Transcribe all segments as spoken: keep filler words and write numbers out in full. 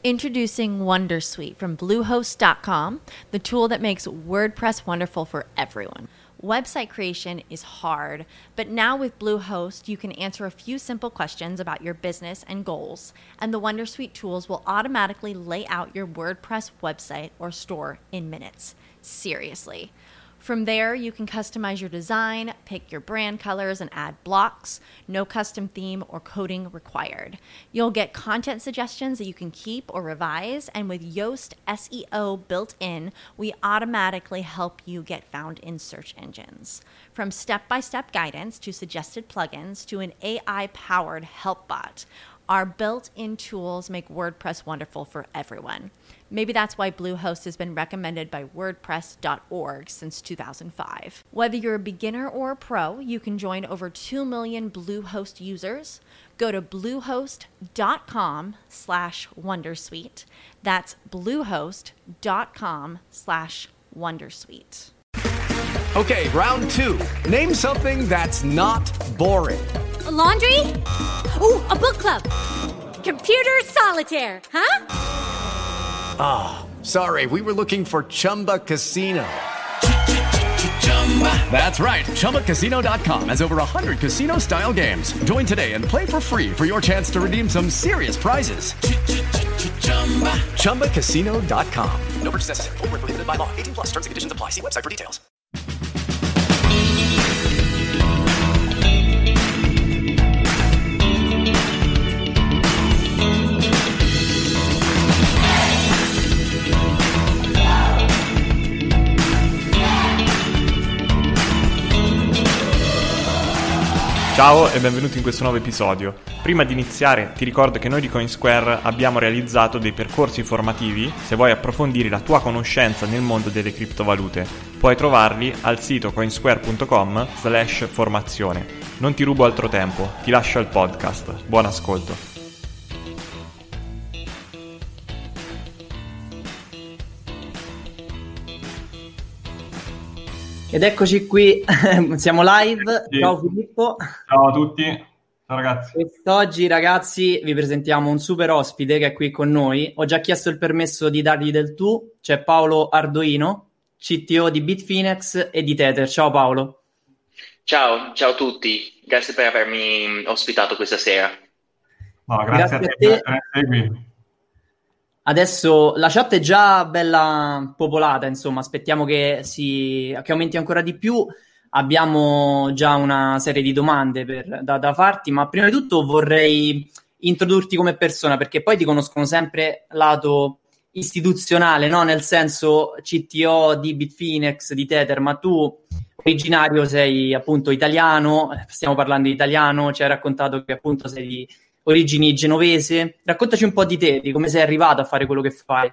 Introducing Wondersuite from Bluehost dot com, the tool that makes WordPress wonderful for everyone. Website creation is hard, but now with Bluehost, you can answer a few simple questions about your business and goals, and the Wondersuite tools will automatically lay out your WordPress website or store in minutes. Seriously. From there, you can customize your design, pick your brand colors, and add blocks. No custom theme or coding required. You'll get content suggestions that you can keep or revise, and with Yoast S E O built in, we automatically help you get found in search engines. From step-by-step guidance to suggested plugins to an A I-powered help bot, our built-in tools make WordPress wonderful for everyone. Maybe that's why Bluehost has been recommended by WordPress dot org since two thousand five. Whether you're a beginner or a pro, you can join over two million Bluehost users. Go to bluehost.com slash Wondersuite. That's bluehost.com slash Wondersuite. Okay, round two. Name something that's not boring. A laundry? Ooh, a book club. Computer solitaire, huh? Ah, oh, sorry, we were looking for Chumba Casino. That's right, Chumba Casino dot com has over one hundred casino-style games. Join today and play for free for your chance to redeem some serious prizes. Chumba Casino dot com. No purchase necessary. Void where prohibited by law. eighteen plus terms and conditions apply. See website for details. Ciao e benvenuti in questo nuovo episodio. Prima di iniziare ti ricordo che noi di Coinsquare abbiamo realizzato dei percorsi formativi se vuoi approfondire la tua conoscenza nel mondo delle criptovalute. Puoi trovarli al sito coinsquare.com slash formazione. Non ti rubo altro tempo, ti lascio al podcast. Buon ascolto. Ed eccoci qui, siamo live. Sì. Ciao Filippo. Ciao a tutti, ciao ragazzi. Quest'oggi ragazzi vi presentiamo un super ospite che è qui con noi. Ho già chiesto il permesso di dargli del tu. C'è Paolo Ardoino, C T O di Bitfinex e di Tether. Ciao Paolo. Ciao, ciao a tutti. Grazie per avermi ospitato questa sera. No, grazie, grazie a te, a te. Per essere qui. Adesso la chat è già bella popolata, insomma, aspettiamo che, si, che aumenti ancora di più. Abbiamo già una serie di domande per, da, da farti, ma prima di tutto vorrei introdurti come persona, perché poi ti conoscono sempre lato istituzionale, no? Nel senso C T O di Bitfinex, di Tether, ma tu originario sei appunto italiano, stiamo parlando di italiano, ci hai raccontato che appunto sei di origini genovese. Raccontaci un po' di te, di come sei arrivato a fare quello che fai.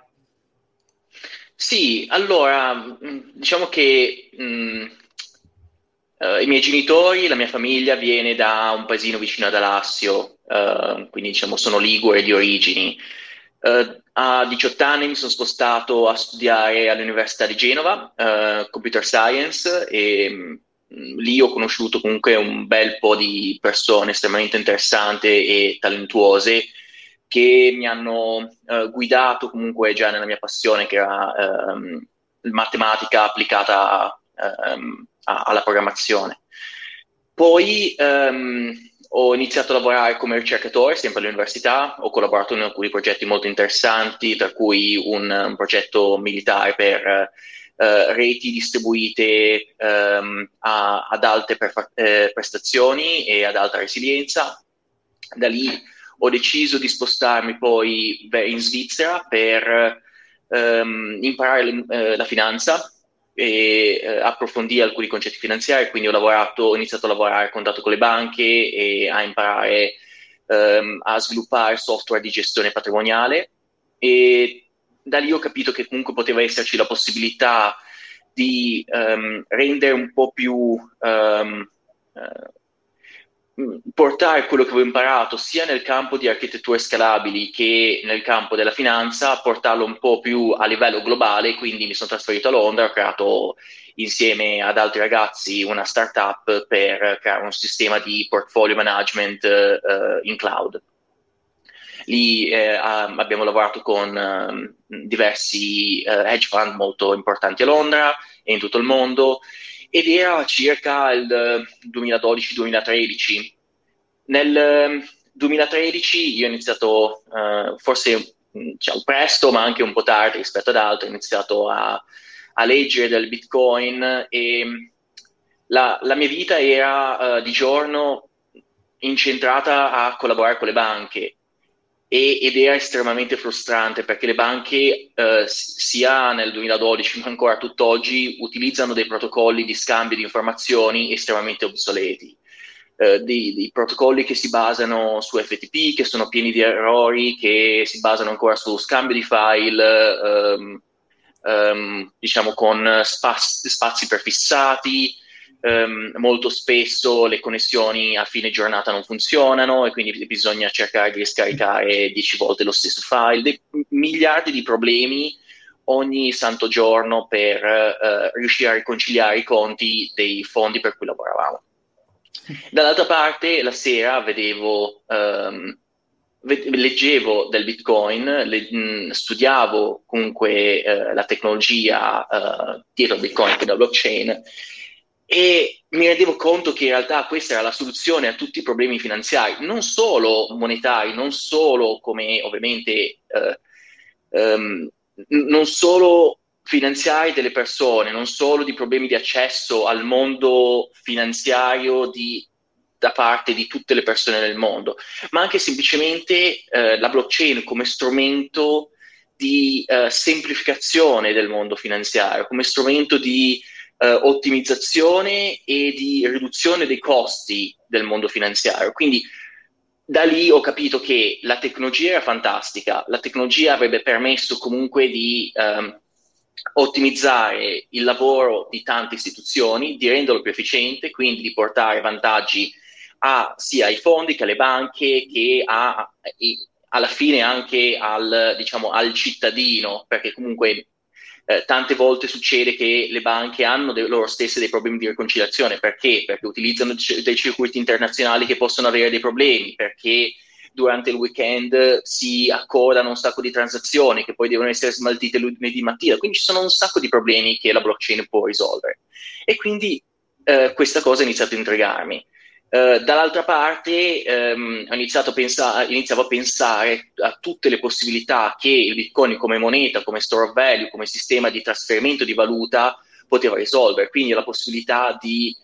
Sì, allora, diciamo che mh, uh, i miei genitori, la mia famiglia viene da un paesino vicino ad Alassio, uh, quindi diciamo sono ligure di origini. Uh, a diciotto anni mi sono spostato a studiare all'Università di Genova, uh, Computer Science, e lì ho conosciuto comunque un bel po' di persone estremamente interessanti e talentuose che mi hanno uh, guidato comunque già nella mia passione, che era um, matematica applicata um, a, alla programmazione. Poi um, ho iniziato a lavorare come ricercatore sempre all'università, ho collaborato in alcuni progetti molto interessanti, tra cui un, un progetto militare per Uh, reti distribuite um, a, ad alte per, eh, prestazioni e ad alta resilienza. Da lì ho deciso di spostarmi poi in Svizzera per um, imparare le, uh, la finanza e uh, approfondire alcuni concetti finanziari, quindi ho lavorato, ho iniziato a lavorare a contatto con le banche e a imparare um, a sviluppare software di gestione patrimoniale, e da lì ho capito che comunque poteva esserci la possibilità di um, rendere un po' più um, uh, portare quello che avevo imparato sia nel campo di architetture scalabili che nel campo della finanza, portarlo un po' più a livello globale. Quindi mi sono trasferito a Londra, ho creato insieme ad altri ragazzi una startup per creare un sistema di portfolio management uh, in cloud. lì eh, abbiamo lavorato con eh, diversi eh, hedge fund molto importanti a Londra e in tutto il mondo, ed era circa il duemiladodici duemilatredici. Nel duemilatredici io ho iniziato, eh, forse diciamo, presto, ma anche un po' tardi rispetto ad altri, ho iniziato a, a leggere del Bitcoin, e la, la mia vita era uh, di giorno incentrata a collaborare con le banche, e, ed era estremamente frustrante perché le banche uh, sia nel duemiladodici ma ancora tutt'oggi utilizzano dei protocolli di scambio di informazioni estremamente obsoleti. Uh, di, di protocolli che si basano su F T P, che sono pieni di errori, che si basano ancora su scambio di file, um, um, diciamo con spazi, spazi prefissati. Um, molto spesso le connessioni a fine giornata non funzionano e quindi bisogna cercare di riscaricare dieci volte lo stesso file. Dei miliardi di problemi ogni santo giorno per uh, riuscire a riconciliare i conti dei fondi per cui lavoravamo. Dall'altra parte, la sera vedevo, um, ve- leggevo del Bitcoin, le- mh, studiavo comunque uh, la tecnologia uh, dietro il Bitcoin, che è la blockchain, e mi rendevo conto che in realtà questa era la soluzione a tutti i problemi finanziari, non solo monetari, non solo come ovviamente uh, um, non solo finanziari delle persone, non solo di problemi di accesso al mondo finanziario di, da parte di tutte le persone del mondo, ma anche semplicemente eh, la blockchain come strumento di eh, semplificazione del mondo finanziario, come strumento di eh, ottimizzazione e di riduzione dei costi del mondo finanziario. Quindi da lì ho capito che la tecnologia era fantastica, la tecnologia avrebbe permesso comunque di ehm, ottimizzare il lavoro di tante istituzioni, di renderlo più efficiente, quindi di portare vantaggi a, sia ai fondi che alle banche, che a, e, alla fine anche al, diciamo, al cittadino, perché comunque eh, tante volte succede che le banche hanno de- loro stesse dei problemi di riconciliazione. Perché? Perché utilizzano c- dei circuiti internazionali che possono avere dei problemi, perché durante il weekend si accordano un sacco di transazioni che poi devono essere smaltite lunedì mattina, quindi ci sono un sacco di problemi che la blockchain può risolvere, e quindi eh, questa cosa ha iniziato a intrigarmi. Uh, dall'altra parte um, ho iniziato a pensare, iniziavo a pensare a tutte le possibilità che il Bitcoin come moneta, come store of value, come sistema di trasferimento di valuta poteva risolvere, quindi la possibilità di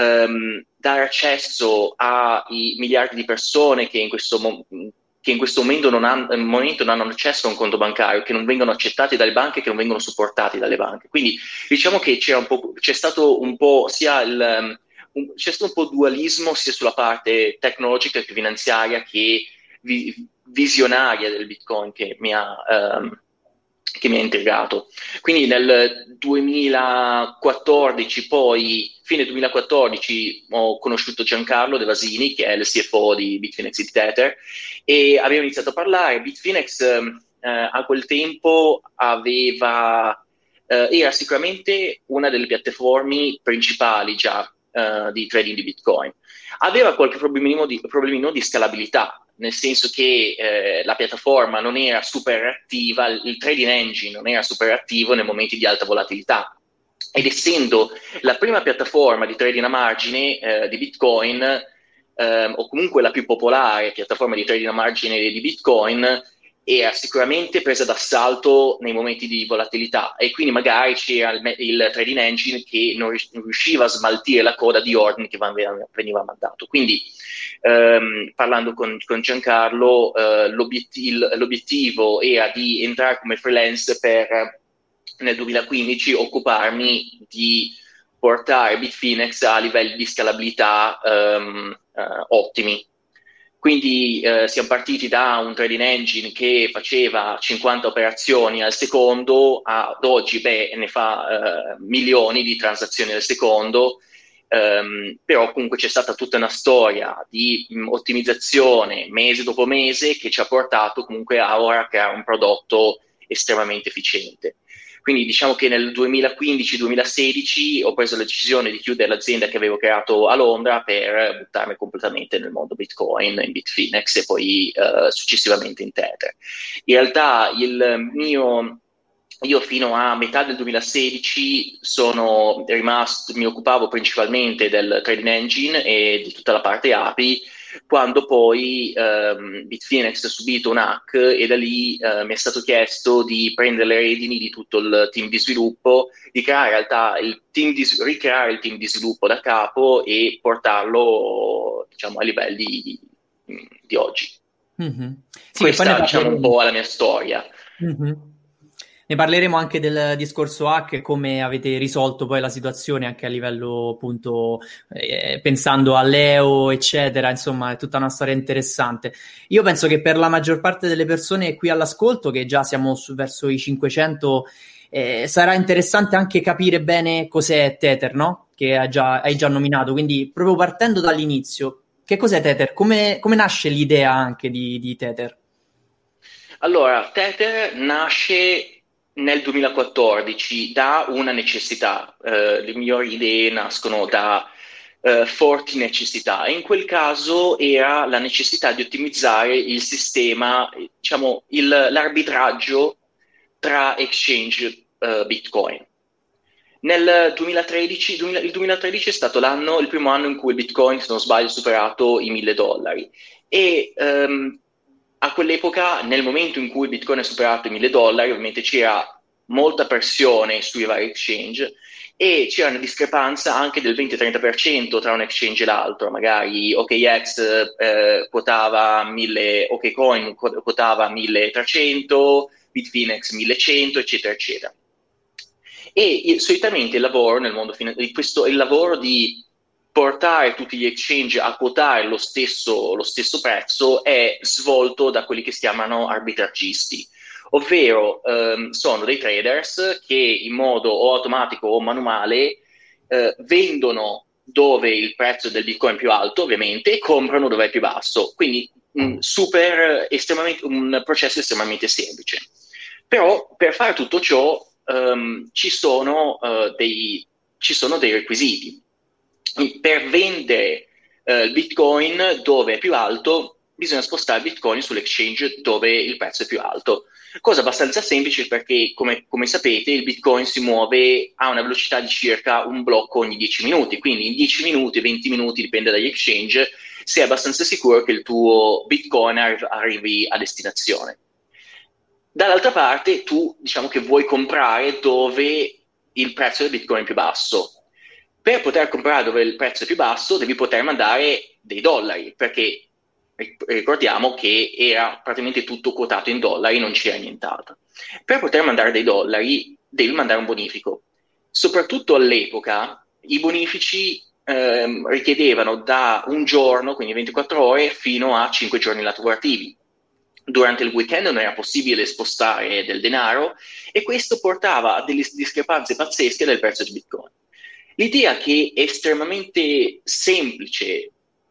um, dare accesso ai miliardi di persone che in questo, mo- che in questo momento, non hanno, momento non hanno accesso a un conto bancario, che non vengono accettati dalle banche, che non vengono supportati dalle banche. Quindi diciamo che c'era un po', c'è stato un po' sia il... Un, c'è stato un po' dualismo sia sulla parte tecnologica che finanziaria che vi, visionaria del Bitcoin che mi ha, um, che mi ha intrigato. Quindi nel duemilaquattordici, poi fine duemilaquattordici, ho conosciuto Giancarlo De Vasini, che è il C F O di Bitfinex e di Tether, e abbiamo iniziato a parlare. Bitfinex eh, a quel tempo aveva, eh, era sicuramente una delle piattaforme principali già Uh, di trading di Bitcoin. Aveva qualche problemino di, problemino di scalabilità, nel senso che eh, la piattaforma non era super attiva, il trading engine non era super attivo nei momenti di alta volatilità, ed essendo la prima piattaforma di trading a margine eh, di Bitcoin, eh, o comunque la più popolare piattaforma di trading a margine di Bitcoin, era sicuramente presa d'assalto nei momenti di volatilità, e quindi magari c'era il, il trading engine che non riusciva a smaltire la coda di ordini che veniva mandato. Quindi ehm, parlando con, con Giancarlo, eh, l'obiettivo, l'obiettivo era di entrare come freelance per nel duemilaquindici occuparmi di portare Bitfinex a livelli di scalabilità ehm, eh, ottimi. Quindi eh, siamo partiti da un trading engine che faceva cinquanta operazioni al secondo, ad oggi beh, ne fa eh, milioni di transazioni al secondo, ehm, però comunque c'è stata tutta una storia di mh, ottimizzazione mese dopo mese che ci ha portato comunque a ora a creare un prodotto estremamente efficiente. Quindi diciamo che nel duemilaquindici duemilasedici ho preso la decisione di chiudere l'azienda che avevo creato a Londra per buttarmi completamente nel mondo Bitcoin, in Bitfinex e poi uh, successivamente in Tether. In realtà il mio... Io fino a metà del duemilasedici sono rimasto, mi occupavo principalmente del trading engine e di tutta la parte A P I, quando poi ehm, Bitfinex ha subito un hack e da lì eh, mi è stato chiesto di prendere le redini di tutto il team di sviluppo, di creare in realtà il team di, ricreare il team di sviluppo da capo e portarlo, diciamo, ai livelli di, di oggi. Mm-hmm. Sì, Questa, diciamo, un po' è la mia storia. Mm-hmm. Ne parleremo anche del discorso hack e come avete risolto poi la situazione anche a livello appunto eh, pensando all'E O eccetera, insomma è tutta una storia interessante. Io penso che per la maggior parte delle persone qui all'ascolto, che già siamo su, verso i cinquecento, eh, sarà interessante anche capire bene cos'è Tether, no? Che hai già, hai già nominato, quindi proprio partendo dall'inizio, che cos'è Tether? Come, come nasce l'idea anche di, di Tether? Allora, Tether nasce nel duemilaquattordici da una necessità, eh, le migliori idee nascono da eh, forti necessità e in quel caso era la necessità di ottimizzare il sistema, diciamo il, l'arbitraggio tra exchange eh, Bitcoin. Nel duemilatredici, il duemilatredici è stato l'anno, il primo anno in cui il Bitcoin, se non sbaglio, ha superato i mille dollari e ehm, a quell'epoca, nel momento in cui il Bitcoin ha superato i mille dollari, ovviamente c'era molta pressione sui vari exchange e c'era una discrepanza anche del venti-trenta per cento tra un exchange e l'altro. Magari O K X eh, quotava mille, OKCoin quotava milletrecento, Bitfinex millecento, eccetera, eccetera. E il, solitamente il lavoro nel mondo finanziario, questo il lavoro di portare tutti gli exchange a quotare lo stesso, lo stesso prezzo è svolto da quelli che si chiamano arbitragisti, ovvero ehm, sono dei traders che in modo o automatico o manuale eh, vendono dove il prezzo del Bitcoin è più alto, ovviamente, e comprano dove è più basso. Quindi un, super, estremamente, un processo estremamente semplice. Però per fare tutto ciò ehm, ci sono, eh, dei, ci sono dei requisiti. Per vendere eh, il Bitcoin dove è più alto, bisogna spostare il Bitcoin sull'exchange dove il prezzo è più alto. Cosa abbastanza semplice perché, come, come sapete, il Bitcoin si muove a una velocità di circa un blocco ogni dieci minuti. Quindi in dieci minuti, venti minuti, dipende dagli exchange, sei abbastanza sicuro che il tuo Bitcoin arri- arrivi a destinazione. Dall'altra parte, tu diciamo che vuoi comprare dove il prezzo del Bitcoin è più basso. Per poter comprare dove il prezzo è più basso devi poter mandare dei dollari, perché ricordiamo che era praticamente tutto quotato in dollari, non c'era nient'altro. Per poter mandare dei dollari devi mandare un bonifico. Soprattutto all'epoca i bonifici ehm, richiedevano da un giorno, quindi ventiquattro ore, fino a cinque giorni lavorativi. Durante il weekend non era possibile spostare del denaro e questo portava a delle discrepanze pazzesche del prezzo di Bitcoin. L'idea che è estremamente semplice,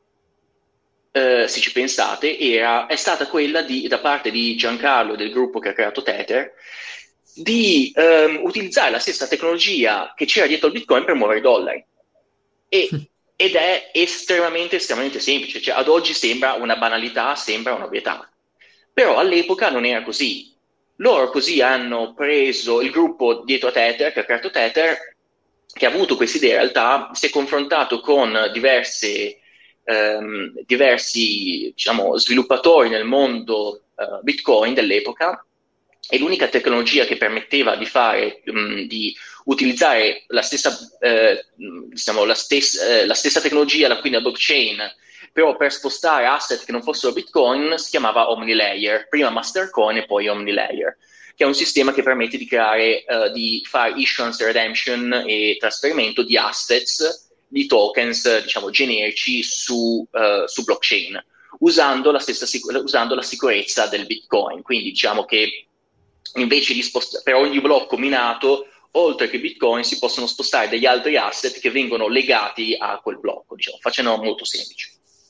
eh, se ci pensate, era, è stata quella di, da parte di Giancarlo e del gruppo che ha creato Tether, di ehm, utilizzare la stessa tecnologia che c'era dietro al Bitcoin per muovere i dollari. E, ed è estremamente, estremamente semplice. Cioè, ad oggi sembra una banalità, sembra un'ovvietà. Però all'epoca non era così. Loro così hanno preso il gruppo dietro a Tether, che ha creato Tether, che ha avuto questa idea, in realtà si è confrontato con diverse, ehm, diversi diciamo, sviluppatori nel mondo eh, Bitcoin dell'epoca e l'unica tecnologia che permetteva di fare, mh, di utilizzare la stessa, eh, diciamo, la, stessa, eh, la stessa tecnologia, la, quindi la blockchain, però per spostare asset che non fossero Bitcoin, si chiamava OmniLayer, prima Mastercoin e poi OmniLayer, che è un sistema che permette di creare, uh, di fare issuance, redemption e trasferimento di assets, di tokens, diciamo, generici su, uh, su blockchain, usando la stessa sicur- usando la sicurezza del Bitcoin. Quindi diciamo che invece di spostare per ogni blocco minato, oltre che Bitcoin, si possono spostare degli altri asset che vengono legati a quel blocco, diciamo, facendo molto semplice.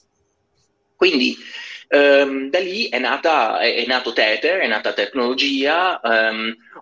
Quindi Um, da lì è nata è, è nato Tether, è nata tecnologia. Um,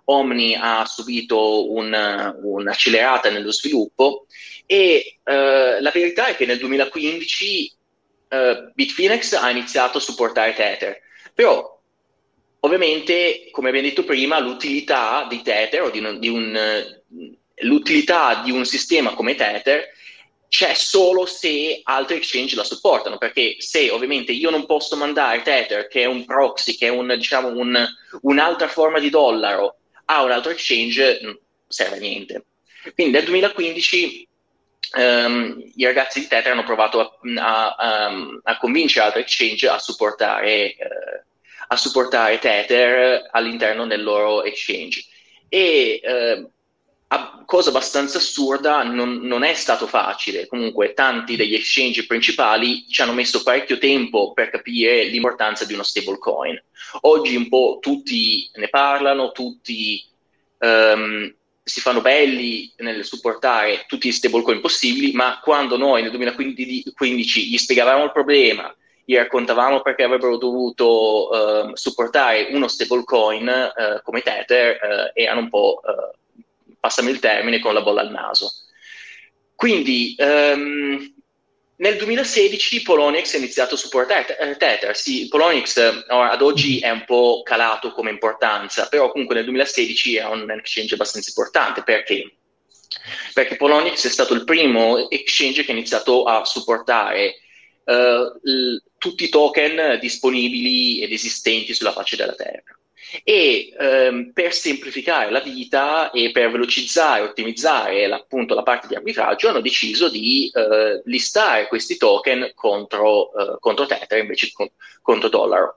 Omni ha subito un, un'accelerata nello sviluppo e uh, la verità è che nel duemilaquindici uh, Bitfinex ha iniziato a supportare Tether, però ovviamente, come abbiamo detto prima, l'utilità di Tether o di un, di un, l'utilità di un sistema come Tether c'è solo se altri exchange la supportano, perché se ovviamente io non posso mandare Tether, che è un proxy, che è un, diciamo, un, un'altra forma di dollaro, a un altro exchange, non serve a niente. Quindi nel duemilaquindici um, i ragazzi di Tether hanno provato a, a, a, a convincere altri exchange a supportare uh, a supportare Tether all'interno del loro exchange. E eh, a, cosa abbastanza assurda, non, non è stato facile. Comunque tanti degli exchange principali ci hanno messo parecchio tempo per capire l'importanza di uno stablecoin. Oggi un po' tutti ne parlano, tutti um, si fanno belli nel supportare tutti gli stablecoin possibili, ma quando noi nel duemilaquindici gli spiegavamo il problema, gli raccontavamo perché avrebbero dovuto uh, supportare uno stablecoin uh, come Tether, uh, erano un po', uh, passami il termine, con la bolla al naso. Quindi um, nel duemilasedici Poloniex ha iniziato a supportare Tether. Sì, Poloniex uh, ad oggi è un po' calato come importanza, però comunque nel duemilasedici è un exchange abbastanza importante. Perché? Perché Poloniex è stato il primo exchange che ha iniziato a supportare Uh, l- tutti i token disponibili ed esistenti sulla faccia della Terra. E um, per semplificare la vita e per velocizzare e ottimizzare la, appunto la parte di arbitraggio hanno deciso di uh, listare questi token contro, uh, contro Tether invece con- contro dollaro.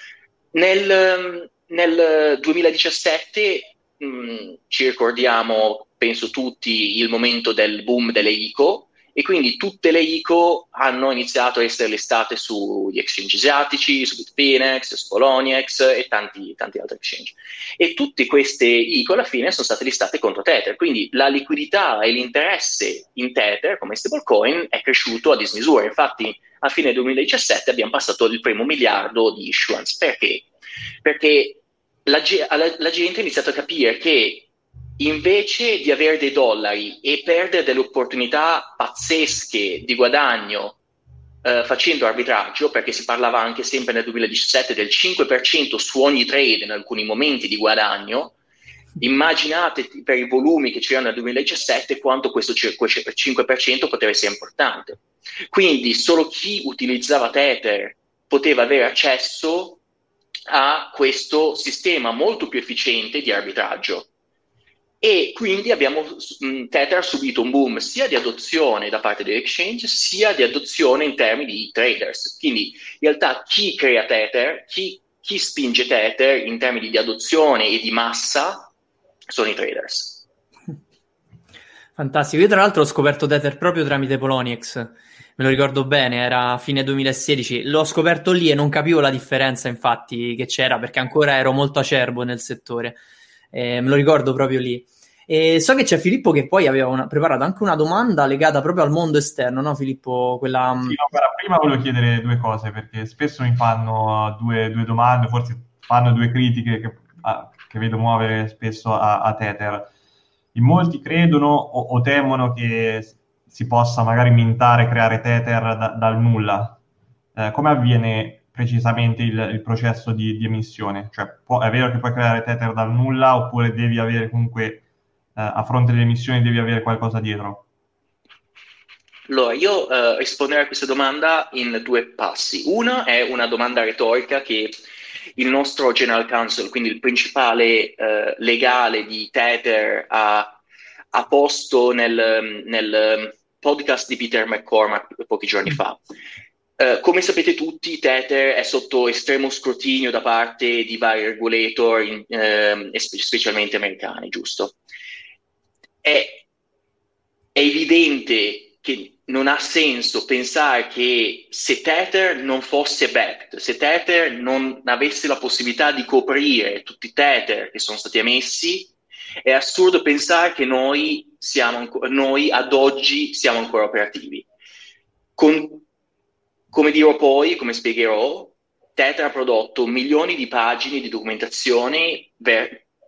Nel, nel duemiladiciassette mh, ci ricordiamo, penso tutti, il momento del boom delle I C O, e quindi tutte le I C O hanno iniziato a essere listate sugli exchange asiatici, su Bitfinex, su Poloniex e tanti, tanti altri exchange. E tutte queste I C O alla fine sono state listate contro Tether, quindi la liquidità e l'interesse in Tether come stablecoin è cresciuto a dismisura. Infatti a fine duemiladiciassette abbiamo passato il primo miliardo di issuance. Perché? Perché la, la, la gente ha iniziato a capire che invece di avere dei dollari e perdere delle opportunità pazzesche di guadagno eh, facendo arbitraggio, perché si parlava anche sempre nel duemiladiciassette del cinque per cento su ogni trade in alcuni momenti di guadagno, immaginate per i volumi che c'erano nel duemiladiciassette quanto questo cinque per cento poteva essere importante. Quindi solo chi utilizzava Tether poteva avere accesso a questo sistema molto più efficiente di arbitraggio. E quindi abbiamo mh, Tether ha subito un boom sia di adozione da parte degli exchange sia di adozione in termini di traders. Quindi in realtà chi crea Tether, chi, chi spinge Tether in termini di adozione e di massa sono i traders. Fantastico. Io tra l'altro ho scoperto Tether proprio tramite Poloniex, me lo ricordo bene, era fine duemilasedici, l'ho scoperto lì e non capivo la differenza infatti che c'era, perché ancora ero molto acerbo nel settore. Eh, me lo ricordo proprio lì. E so che c'è Filippo che poi aveva una, preparato anche una domanda legata proprio al mondo esterno, no Filippo? Quella... Sì, no, guarda, prima volevo chiedere due cose, perché spesso mi fanno due, due domande, forse fanno due critiche che, a, che vedo muovere spesso a, a Tether. In molti credono o, o temono che si possa magari mintare, creare Tether da, dal nulla. Eh, come avviene precisamente il, il processo di, di emissione? Cioè, può, è vero che puoi creare Tether dal nulla, oppure devi avere comunque, eh, a fronte delle emissioni, devi avere qualcosa dietro? Allora, io eh, risponderei a questa domanda in due passi. Una è una domanda retorica che il nostro General Counsel, quindi il principale eh, legale di Tether, ha, ha posto nel, nel podcast di Peter McCormack pochi giorni fa. Uh, come sapete tutti, Tether è sotto estremo scrutinio da parte di vari regulator, in, uh, specialmente americani, giusto? È, è evidente che non ha senso pensare che se Tether non fosse backed, se Tether non avesse la possibilità di coprire tutti i Tether che sono stati emessi, è assurdo pensare che noi, siamo, noi ad oggi siamo ancora operativi. Con Come dirò poi, come spiegherò, Tether ha prodotto milioni di pagine di documentazione ver-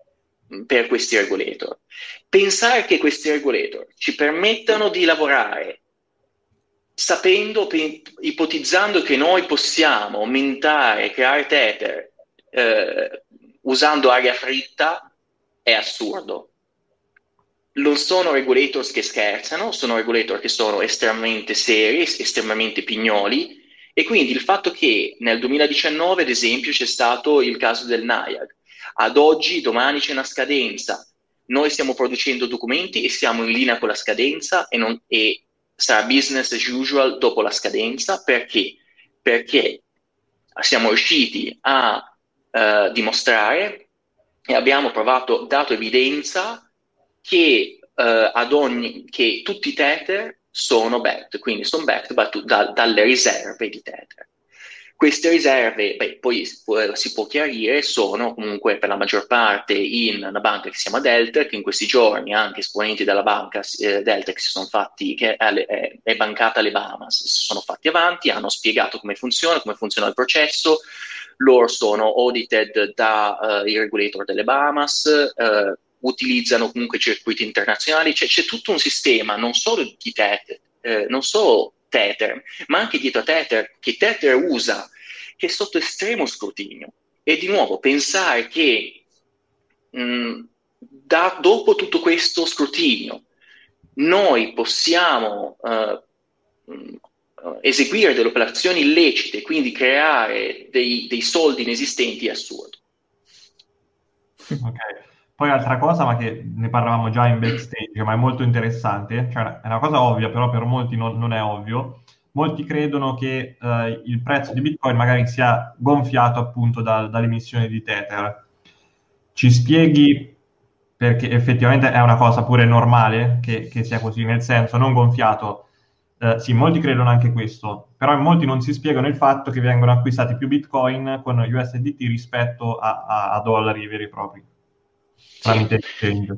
per questi regulator. Pensare che questi regulator ci permettano di lavorare sapendo, pe- ipotizzando che noi possiamo mintare, creare tether eh, usando aria fritta è assurdo. Non sono regulators che scherzano, sono regulator che sono estremamente seri, estremamente pignoli, e quindi il fatto che nel duemiladiciannove, ad esempio, c'è stato il caso del NIAC, ad oggi, domani c'è una scadenza, noi stiamo producendo documenti e siamo in linea con la scadenza e, non, e sarà business as usual dopo la scadenza. Perché? Perché siamo riusciti a uh, dimostrare e abbiamo provato, dato evidenza che, uh, ad ogni, che tutti i tether sono backed, quindi sono backed da, dalle riserve di tether. Queste riserve, beh, poi si può chiarire, sono comunque per la maggior parte in una banca che si chiama Delta, che in questi giorni anche esponenti della banca eh, Delta che si sono fatti, che è, è, è bancata alle Bahamas, si sono fatti avanti, hanno spiegato come funziona, come funziona il processo. Loro sono audited da uh, il regulator delle Bahamas, uh, utilizzano comunque circuiti internazionali, cioè, c'è tutto un sistema non solo di Tether, eh, non solo Tether, ma anche dietro a Tether, che Tether usa, che è sotto estremo scrutinio. E di nuovo, pensare che mh, da, dopo tutto questo scrutinio noi possiamo uh, mh, eseguire delle operazioni illecite, quindi creare dei, dei soldi inesistenti, è assurdo. Ok. Poi altra cosa, ma che ne parlavamo già in backstage, ma è molto interessante, cioè è una cosa ovvia, però per molti non, non è ovvio. Molti credono che eh, il prezzo di Bitcoin magari sia gonfiato appunto da, dall'emissione di Tether. Ci spieghi, perché effettivamente è una cosa pure normale che, che sia così, nel senso non gonfiato. Eh, sì, molti credono anche questo, però in molti non si spiegano il fatto che vengono acquistati più Bitcoin con U S D T rispetto a, a, a dollari veri e propri. Tramite exchange.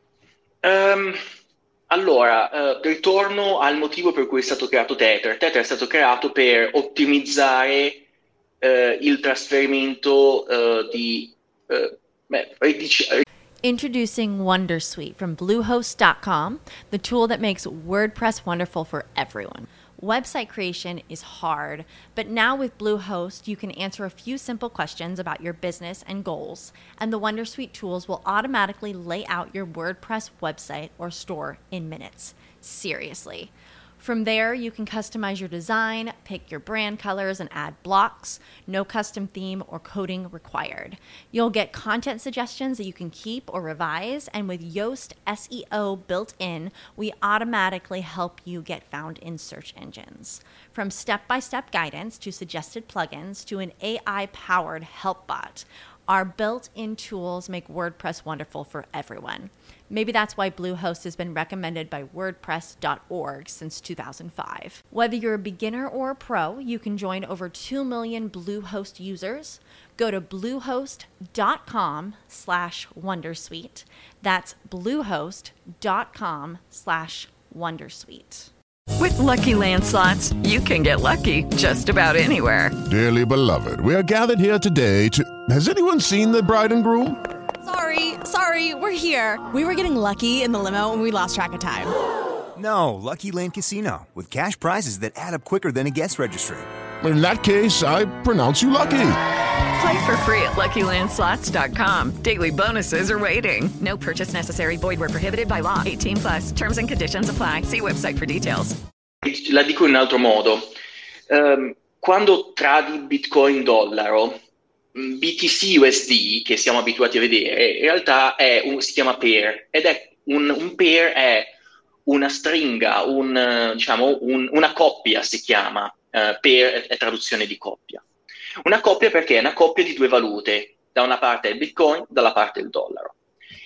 Um, allora, uh, ritorno al motivo per cui è stato creato Tether. Tether è stato creato per ottimizzare uh, il trasferimento uh, di... Uh, beh, dic- Introducing Wondersuite from Bluehost dot com, the tool that makes WordPress wonderful for everyone. Website creation is hard, but now with Bluehost, you can answer a few simple questions about your business and goals, and the Wondersuite tools will automatically lay out your WordPress website or store in minutes. Seriously. From there, you can customize your design, pick your brand colors, and add blocks. No custom theme or coding required. You'll get content suggestions that you can keep or revise, and with Yoast S E O built in, we automatically help you get found in search engines. From step-by-step guidance to suggested plugins to an A I-powered help bot, our built-in tools make WordPress wonderful for everyone. Maybe that's why Bluehost has been recommended by WordPress dot org since two thousand five. Whether you're a beginner or a pro, you can join over two million Bluehost users. Go to bluehost.com slash wondersuite. That's bluehost.com slash wondersuite. With Lucky Land Slots, you can get lucky just about anywhere. Dearly beloved, we are gathered here today to... Has anyone seen the bride and groom? Sorry, sorry, we're here. We were getting lucky in the limo and we lost track of time. No, Lucky Land Casino, with cash prizes that add up quicker than a guest registry. In that case, I pronounce you lucky. Play for free at lucky land slots dot com. Daily bonuses are waiting. No purchase necessary. Void where prohibited by law. eighteen plus. Terms and conditions apply. See website for details. La dico in un altro modo. Um, quando tradi Bitcoin dollaro, B T C U S D, che siamo abituati a vedere, in realtà è un, si chiama pair, ed è un, un pair è una stringa, un, diciamo, un, una coppia si chiama, uh, pair è traduzione di coppia. Una coppia perché è una coppia di due valute, da una parte il Bitcoin, dalla parte il dollaro.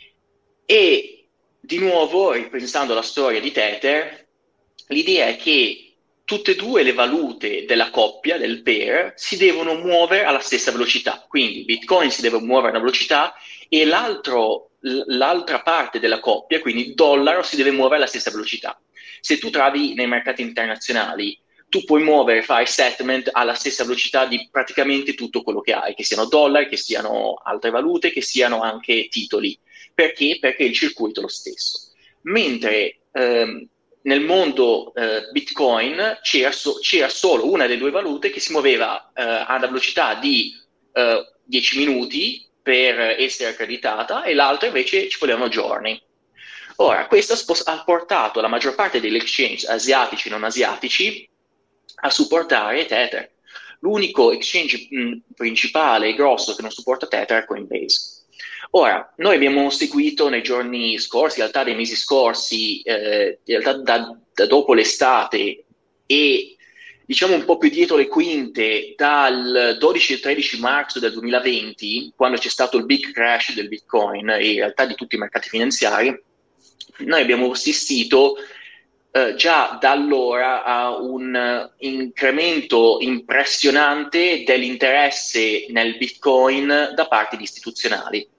E di nuovo, ripensando alla storia di Tether, l'idea è che tutte e due le valute della coppia, del pair, si devono muovere alla stessa velocità. Quindi Bitcoin si deve muovere a una velocità e l'altro, l'altra parte della coppia, quindi il dollaro, si deve muovere alla stessa velocità. Se tu trovi nei mercati internazionali tu puoi muovere, fare settlement alla stessa velocità di praticamente tutto quello che hai, che siano dollari, che siano altre valute, che siano anche titoli. Perché? Perché il circuito è lo stesso. Mentre ehm, nel mondo eh, Bitcoin c'era, so- c'era solo una delle due valute che si muoveva eh, alla velocità di eh, dieci minuti per essere accreditata e l'altra invece ci volevano giorni. Ora, questo ha portato la maggior parte degli exchange asiatici e non asiatici a supportare Tether. L'unico exchange mh, principale e grosso che non supporta Tether è Coinbase. Ora, noi abbiamo seguito nei giorni scorsi, in realtà nei mesi scorsi, eh, in realtà da, da dopo l'estate e diciamo un po' più dietro le quinte, dal dodici e tredici marzo del duemilaventi, quando c'è stato il big crash del Bitcoin e in realtà di tutti i mercati finanziari, noi abbiamo assistito eh, già da allora a un uh, incremento impressionante dell'interesse nel Bitcoin da parte di istituzionali.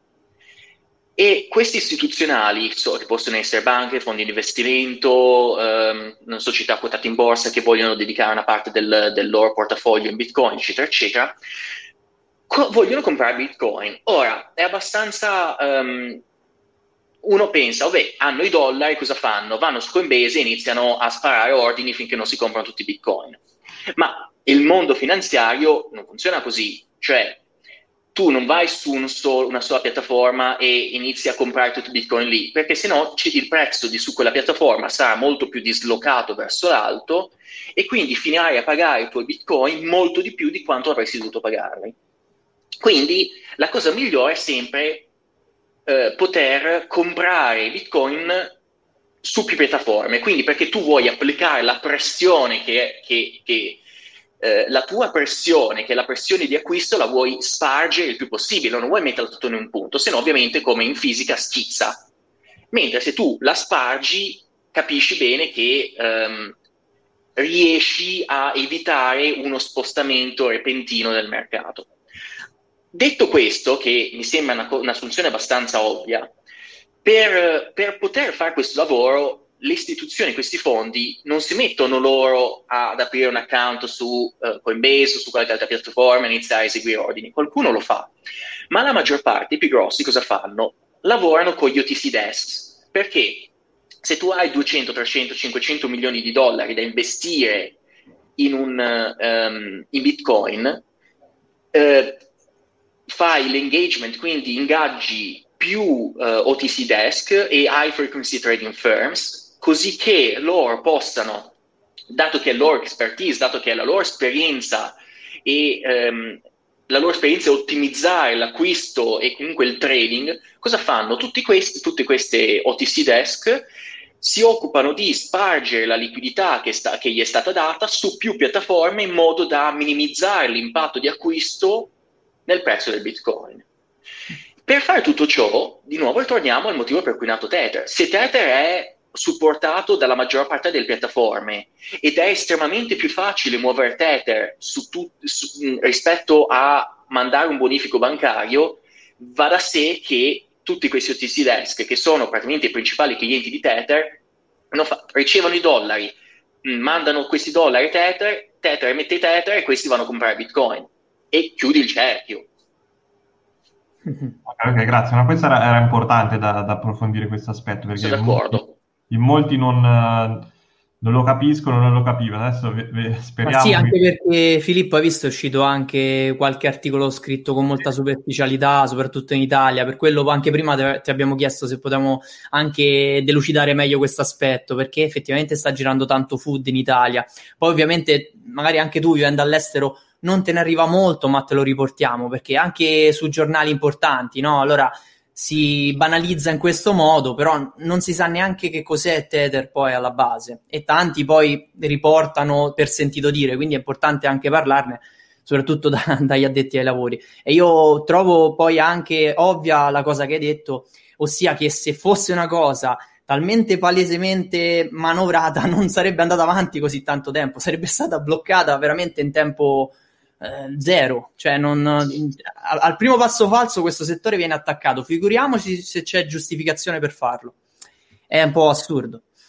E questi istituzionali, so, che possono essere banche, fondi di investimento, ehm, società quotate in borsa che vogliono dedicare una parte del, del loro portafoglio in Bitcoin, eccetera, eccetera, co- vogliono comprare Bitcoin. Ora, è abbastanza... Um, uno pensa, vabbè, hanno i dollari, cosa fanno? Vanno su Coinbase e iniziano a sparare ordini finché non si comprano tutti i Bitcoin. Ma il mondo finanziario non funziona così, cioè tu non vai su un sol- una sola piattaforma e inizi a comprare tutti i Bitcoin lì, perché sennò c- il prezzo di su quella piattaforma sarà molto più dislocato verso l'alto e quindi finirai a pagare i tuoi Bitcoin molto di più di quanto avresti dovuto pagarli. Quindi la cosa migliore è sempre eh, poter comprare Bitcoin su più piattaforme, quindi perché tu vuoi applicare la pressione che... che, che Eh, la tua pressione, che è la pressione di acquisto, la vuoi spargere il più possibile, non vuoi metterla tutto in un punto, se no ovviamente come in fisica schizza. Mentre se tu la spargi capisci bene che ehm, riesci a evitare uno spostamento repentino del mercato. Detto questo, che mi sembra una, una soluzione abbastanza ovvia, per, per poter fare questo lavoro le istituzioni, questi fondi, non si mettono loro ad aprire un account su uh, Coinbase o su qualche altra piattaforma e iniziare a eseguire ordini. Qualcuno lo fa, ma la maggior parte, i più grossi, cosa fanno? Lavorano con gli O T C desks, perché se tu hai duecento, trecento, cinquecento milioni di dollari da investire in, un, um, in Bitcoin, uh, fai l'engagement, quindi ingaggi più uh, O T C desk e high frequency trading firms, così che loro possano, dato che è loro expertise, dato che è la loro esperienza e um, la loro esperienza è ottimizzare l'acquisto e comunque il trading, cosa fanno? Tutti questi, tutte queste O T C desk si occupano di spargere la liquidità che, sta, che gli è stata data su più piattaforme in modo da minimizzare l'impatto di acquisto nel prezzo del Bitcoin. Per fare tutto ciò, di nuovo ritorniamo al motivo per cui è nato Tether. Se Tether è supportato dalla maggior parte delle piattaforme ed è estremamente più facile muovere Tether su tu, su, rispetto a mandare un bonifico bancario, va da sé che tutti questi O T C desk, che sono praticamente i principali clienti di Tether, non fa, ricevono i dollari, mandano questi dollari a Tether, Tether emette Tether e questi vanno a comprare Bitcoin e chiudi il cerchio. Ok, okay, grazie. Ma questo era, era importante da, da approfondire questo aspetto, perché sono d'accordo. Molti, in molti non, non lo capiscono, non lo capivano. Adesso ve, ve, speriamo. Ma sì, anche che... perché Filippo, hai visto, è uscito anche qualche articolo scritto con molta superficialità, soprattutto in Italia. Per quello anche prima te, ti abbiamo chiesto se potevamo anche delucidare meglio questo aspetto, perché effettivamente sta girando tanto food in Italia. Poi ovviamente magari anche tu vivendo all'estero non te ne arriva molto, ma te lo riportiamo, perché anche su giornali importanti, no? Allora si banalizza in questo modo, però non si sa neanche che cos'è Tether poi alla base, e tanti poi riportano per sentito dire, quindi è importante anche parlarne, soprattutto da, dagli addetti ai lavori. E io trovo poi anche ovvia la cosa che hai detto, ossia che se fosse una cosa talmente palesemente manovrata non sarebbe andata avanti così tanto tempo, sarebbe stata bloccata veramente in tempo eh, zero, cioè non, al, al primo passo falso questo settore viene attaccato, figuriamoci se c'è giustificazione per farlo. È un po' assurdo.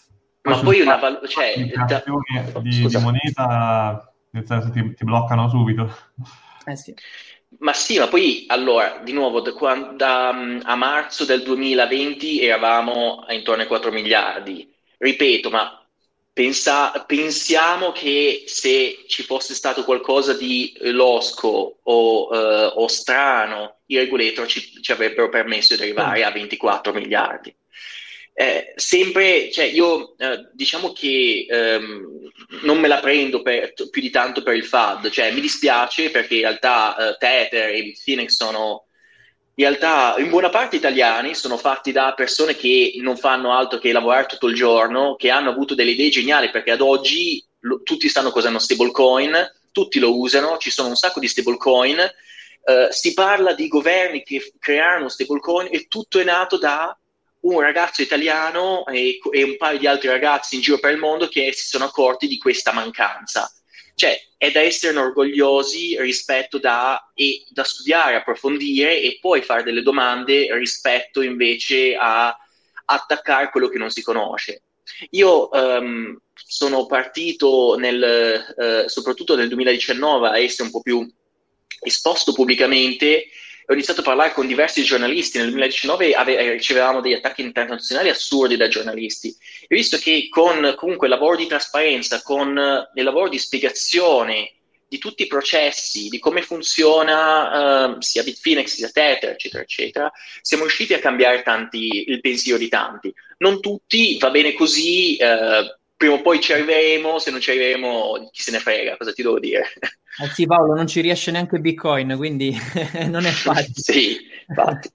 Ma poi una val- cioè, di da- creazione di, di scusa. moneta, nel senso ti, ti bloccano subito. Eh sì. Ma sì, ma poi allora, di nuovo, da, quan- da, mm, a marzo del duemilaventi eravamo intorno ai quattro miliardi. Ripeto, ma pensa- pensiamo che se ci fosse stato qualcosa di eh, losco o, eh, o strano, i regulator ci, ci avrebbero permesso di arrivare a ventiquattro miliardi. Eh, sempre, cioè io eh, diciamo che ehm, non me la prendo per- più di tanto per il F A D, cioè mi dispiace perché in realtà eh, Tether e Bitfinex sono in realtà in buona parte italiani, sono fatti da persone che non fanno altro che lavorare tutto il giorno, che hanno avuto delle idee geniali, perché ad oggi lo- tutti sanno cos'è uno stablecoin, tutti lo usano, ci sono un sacco di stablecoin, eh, si parla di governi che crearono stablecoin e tutto è nato da un ragazzo italiano e, e un paio di altri ragazzi in giro per il mondo che si sono accorti di questa mancanza. Cioè, è da esserne orgogliosi rispetto da, e da studiare, approfondire e poi fare delle domande rispetto invece a attaccare quello che non si conosce. Io um, sono partito nel, eh, soprattutto nel duemiladiciannove a essere un po' più esposto pubblicamente. Ho iniziato a parlare con diversi giornalisti. Nel duemiladiciannove ave- ricevevamo degli attacchi internazionali assurdi dai giornalisti. E visto che con comunque il lavoro di trasparenza, con il lavoro di spiegazione di tutti i processi, di come funziona uh, sia Bitfinex sia Tether, eccetera, eccetera, siamo riusciti a cambiare tanti, il pensiero di tanti. Non tutti, va bene così, uh, prima o poi ci arriveremo, se non ci arriveremo chi se ne frega, cosa ti devo dire? Eh sì, Paolo, non ci riesce neanche Bitcoin, quindi non è facile. Sì, infatti.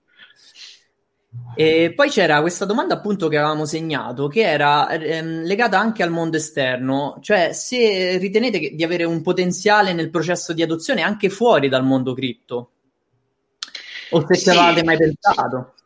E poi c'era questa domanda appunto che avevamo segnato, che era ehm, legata anche al mondo esterno, cioè se ritenete che- di avere un potenziale nel processo di adozione anche fuori dal mondo cripto, o se ci Sì. avevate mai pensato.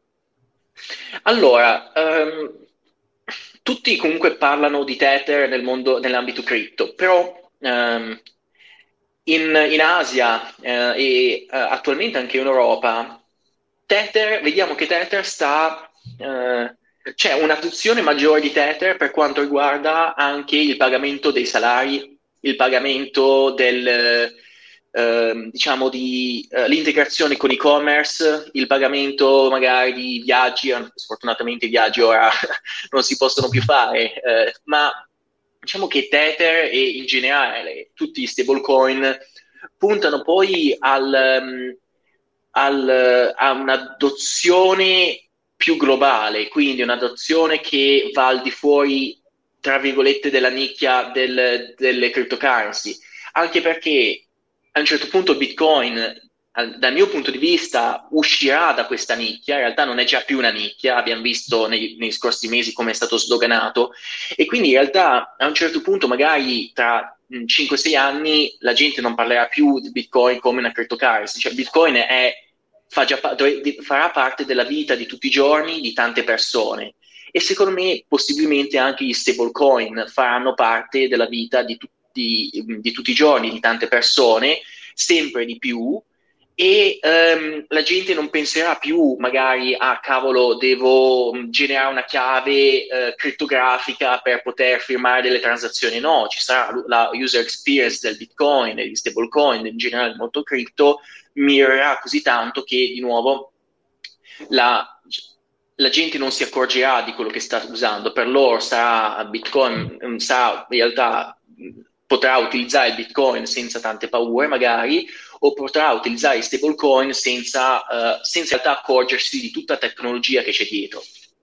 Allora, ehm, tutti comunque parlano di Tether nel mondo, nell'ambito cripto, però ehm, in, in Asia eh, e eh, attualmente anche in Europa, Tether, vediamo che Tether sta, eh, c'è un'adozione maggiore di Tether per quanto riguarda anche il pagamento dei salari, il pagamento del, eh, diciamo di eh, l'integrazione con e-commerce, il pagamento magari di viaggi. Sfortunatamente i viaggi ora non si possono più fare, eh, ma diciamo che Tether e in generale tutti i stablecoin puntano poi al, um, al, a un'adozione più globale, quindi un'adozione che va al di fuori, tra virgolette, della nicchia del, delle cryptocurrency, anche perché a un certo punto Bitcoin, dal mio punto di vista, uscirà da questa nicchia. In realtà non è già più una nicchia, abbiamo visto nei, nei scorsi mesi come è stato sdoganato, e quindi in realtà a un certo punto, magari tra cinque sei anni, la gente non parlerà più di Bitcoin come una cryptocurrency, cioè Bitcoin è, fa già, farà parte della vita di tutti i giorni di tante persone, e secondo me possibilmente anche gli stablecoin faranno parte della vita di tutti, di tutti i giorni di tante persone, sempre di più. E um, la gente non penserà più magari ah cavolo devo generare una chiave uh, crittografica per poter firmare delle transazioni. No, ci sarà la user experience del Bitcoin, degli stablecoin, in generale molto cripto, migliorerà così tanto che di nuovo la, la gente non si accorgerà di quello che sta usando. Per loro sarà Bitcoin, sarà in realtà potrà utilizzare il Bitcoin senza tante paure magari, o potrà utilizzare i stablecoin senza, uh, senza in realtà accorgersi di tutta la tecnologia che c'è dietro.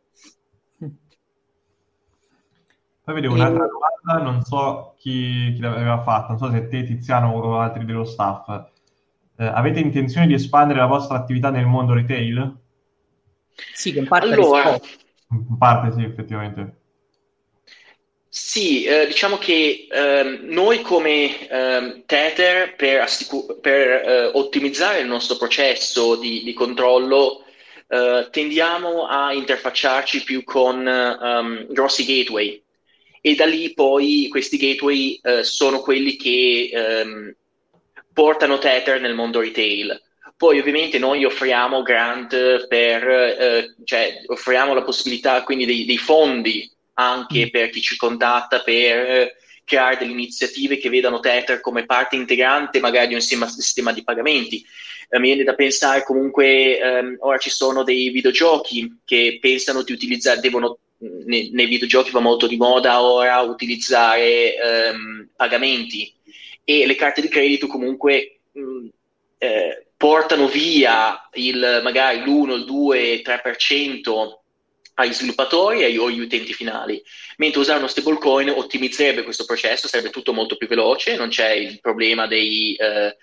Poi vedevo un'altra domanda, non so chi, chi l'aveva fatta, non so se te, Tiziano, o altri dello staff. Eh, avete intenzione di espandere la vostra attività nel mondo retail? Sì, che in parte allora, risposta. In parte sì, effettivamente. Sì, eh, diciamo che ehm, noi come ehm, Tether, per, assicu- per eh, ottimizzare il nostro processo di, di controllo, eh, tendiamo a interfacciarci più con um, grossi gateway, e da lì poi questi gateway eh, sono quelli che ehm, portano Tether nel mondo retail. Poi ovviamente noi offriamo grant per, eh, cioè offriamo la possibilità quindi dei, dei fondi anche mm. per chi ci contatta per creare delle iniziative che vedano Tether come parte integrante magari di un sistema, sistema di pagamenti. Eh, mi viene da pensare comunque, ehm, ora ci sono dei videogiochi che pensano di utilizzare, devono, nei, nei videogiochi va molto di moda ora utilizzare ehm, pagamenti, e le carte di credito comunque mh, eh, portano via il, magari l'uno, il due, tre per cento agli sviluppatori e agli utenti finali, mentre usare uno stablecoin ottimizzerebbe questo processo, sarebbe tutto molto più veloce, non c'è il problema dei, eh,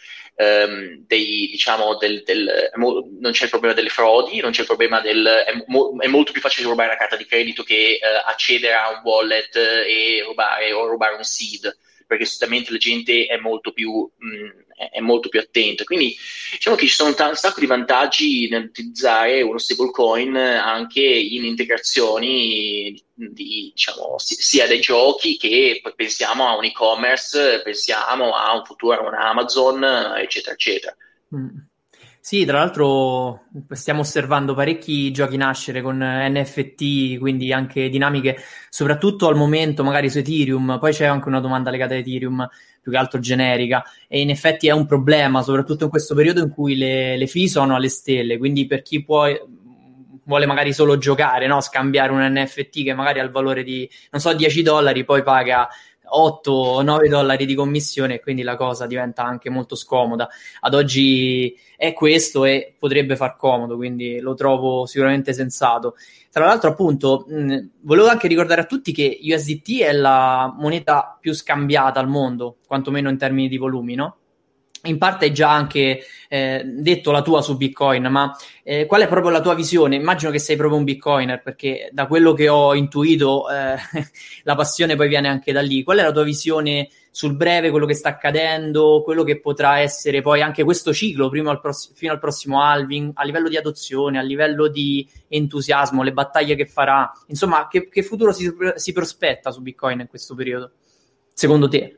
um, dei diciamo del, del non c'è il problema delle frodi, non c'è il problema del è, mo, è molto più facile rubare una carta di credito che uh, accedere a un wallet e rubare o rubare un seed, perché assolutamente la gente è molto più mh, è molto più attenta. Quindi diciamo che ci sono t- un sacco di vantaggi nell'utilizzare uno stablecoin anche in integrazioni di, diciamo, sia dai giochi che poi pensiamo a un e-commerce, pensiamo a un futuro a un Amazon, eccetera eccetera. Mm. Sì, tra l'altro stiamo osservando parecchi giochi nascere con N F T, quindi anche dinamiche, soprattutto al momento magari su Ethereum. Poi c'è anche una domanda legata a Ethereum, più che altro generica, e in effetti è un problema, soprattutto in questo periodo in cui le, le fee sono alle stelle, quindi per chi può, vuole magari solo giocare, no? Scambiare un N F T che magari ha il valore di, non so, dieci dollari, poi paga otto o nove dollari di commissione, e quindi la cosa diventa anche molto scomoda. Ad oggi è questo e potrebbe far comodo, quindi lo trovo sicuramente sensato. Tra l'altro, appunto, mh, volevo anche ricordare a tutti che U S D T è la moneta più scambiata al mondo, quantomeno in termini di volumi, no? In parte hai già anche eh, detto la tua su Bitcoin, ma eh, qual è proprio la tua visione? Immagino che sei proprio un Bitcoiner, perché da quello che ho intuito eh, la passione poi viene anche da lì. Qual è la tua visione sul breve, quello che sta accadendo, quello che potrà essere poi anche questo ciclo prima al pross- fino al prossimo halving, a livello di adozione, a livello di entusiasmo, le battaglie che farà? Insomma, che, che futuro si, si prospetta su Bitcoin in questo periodo, secondo te?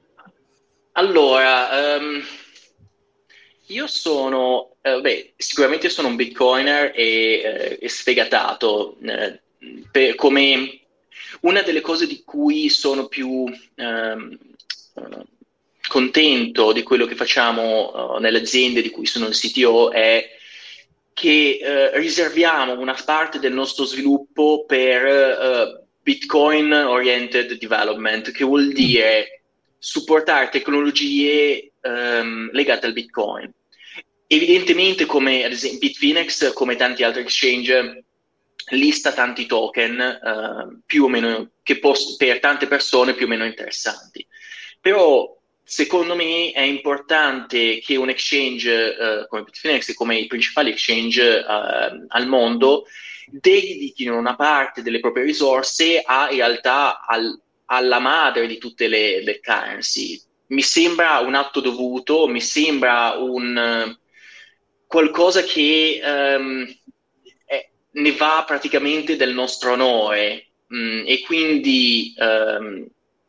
Allora... Um... Io sono, eh, beh, sicuramente sono un Bitcoiner e, eh, e sfegatato. Eh, per, come una delle cose di cui sono più ehm, eh, contento di quello che facciamo uh, nelle aziende di cui sono il C T O è che eh, riserviamo una parte del nostro sviluppo per uh, Bitcoin Oriented Development, che vuol dire supportare tecnologie um, legate al Bitcoin. Evidentemente, come ad esempio Bitfinex, come tanti altri exchange, lista tanti token uh, più o meno che poss- per tante persone più o meno interessanti. Però secondo me è importante che un exchange uh, come Bitfinex e come i principali exchange uh, al mondo dedichino una parte delle proprie risorse a in realtà al alla madre di tutte le, le currency. Mi sembra un atto dovuto, mi sembra un uh, qualcosa che um, è, ne va praticamente del nostro onore, mm, e quindi um,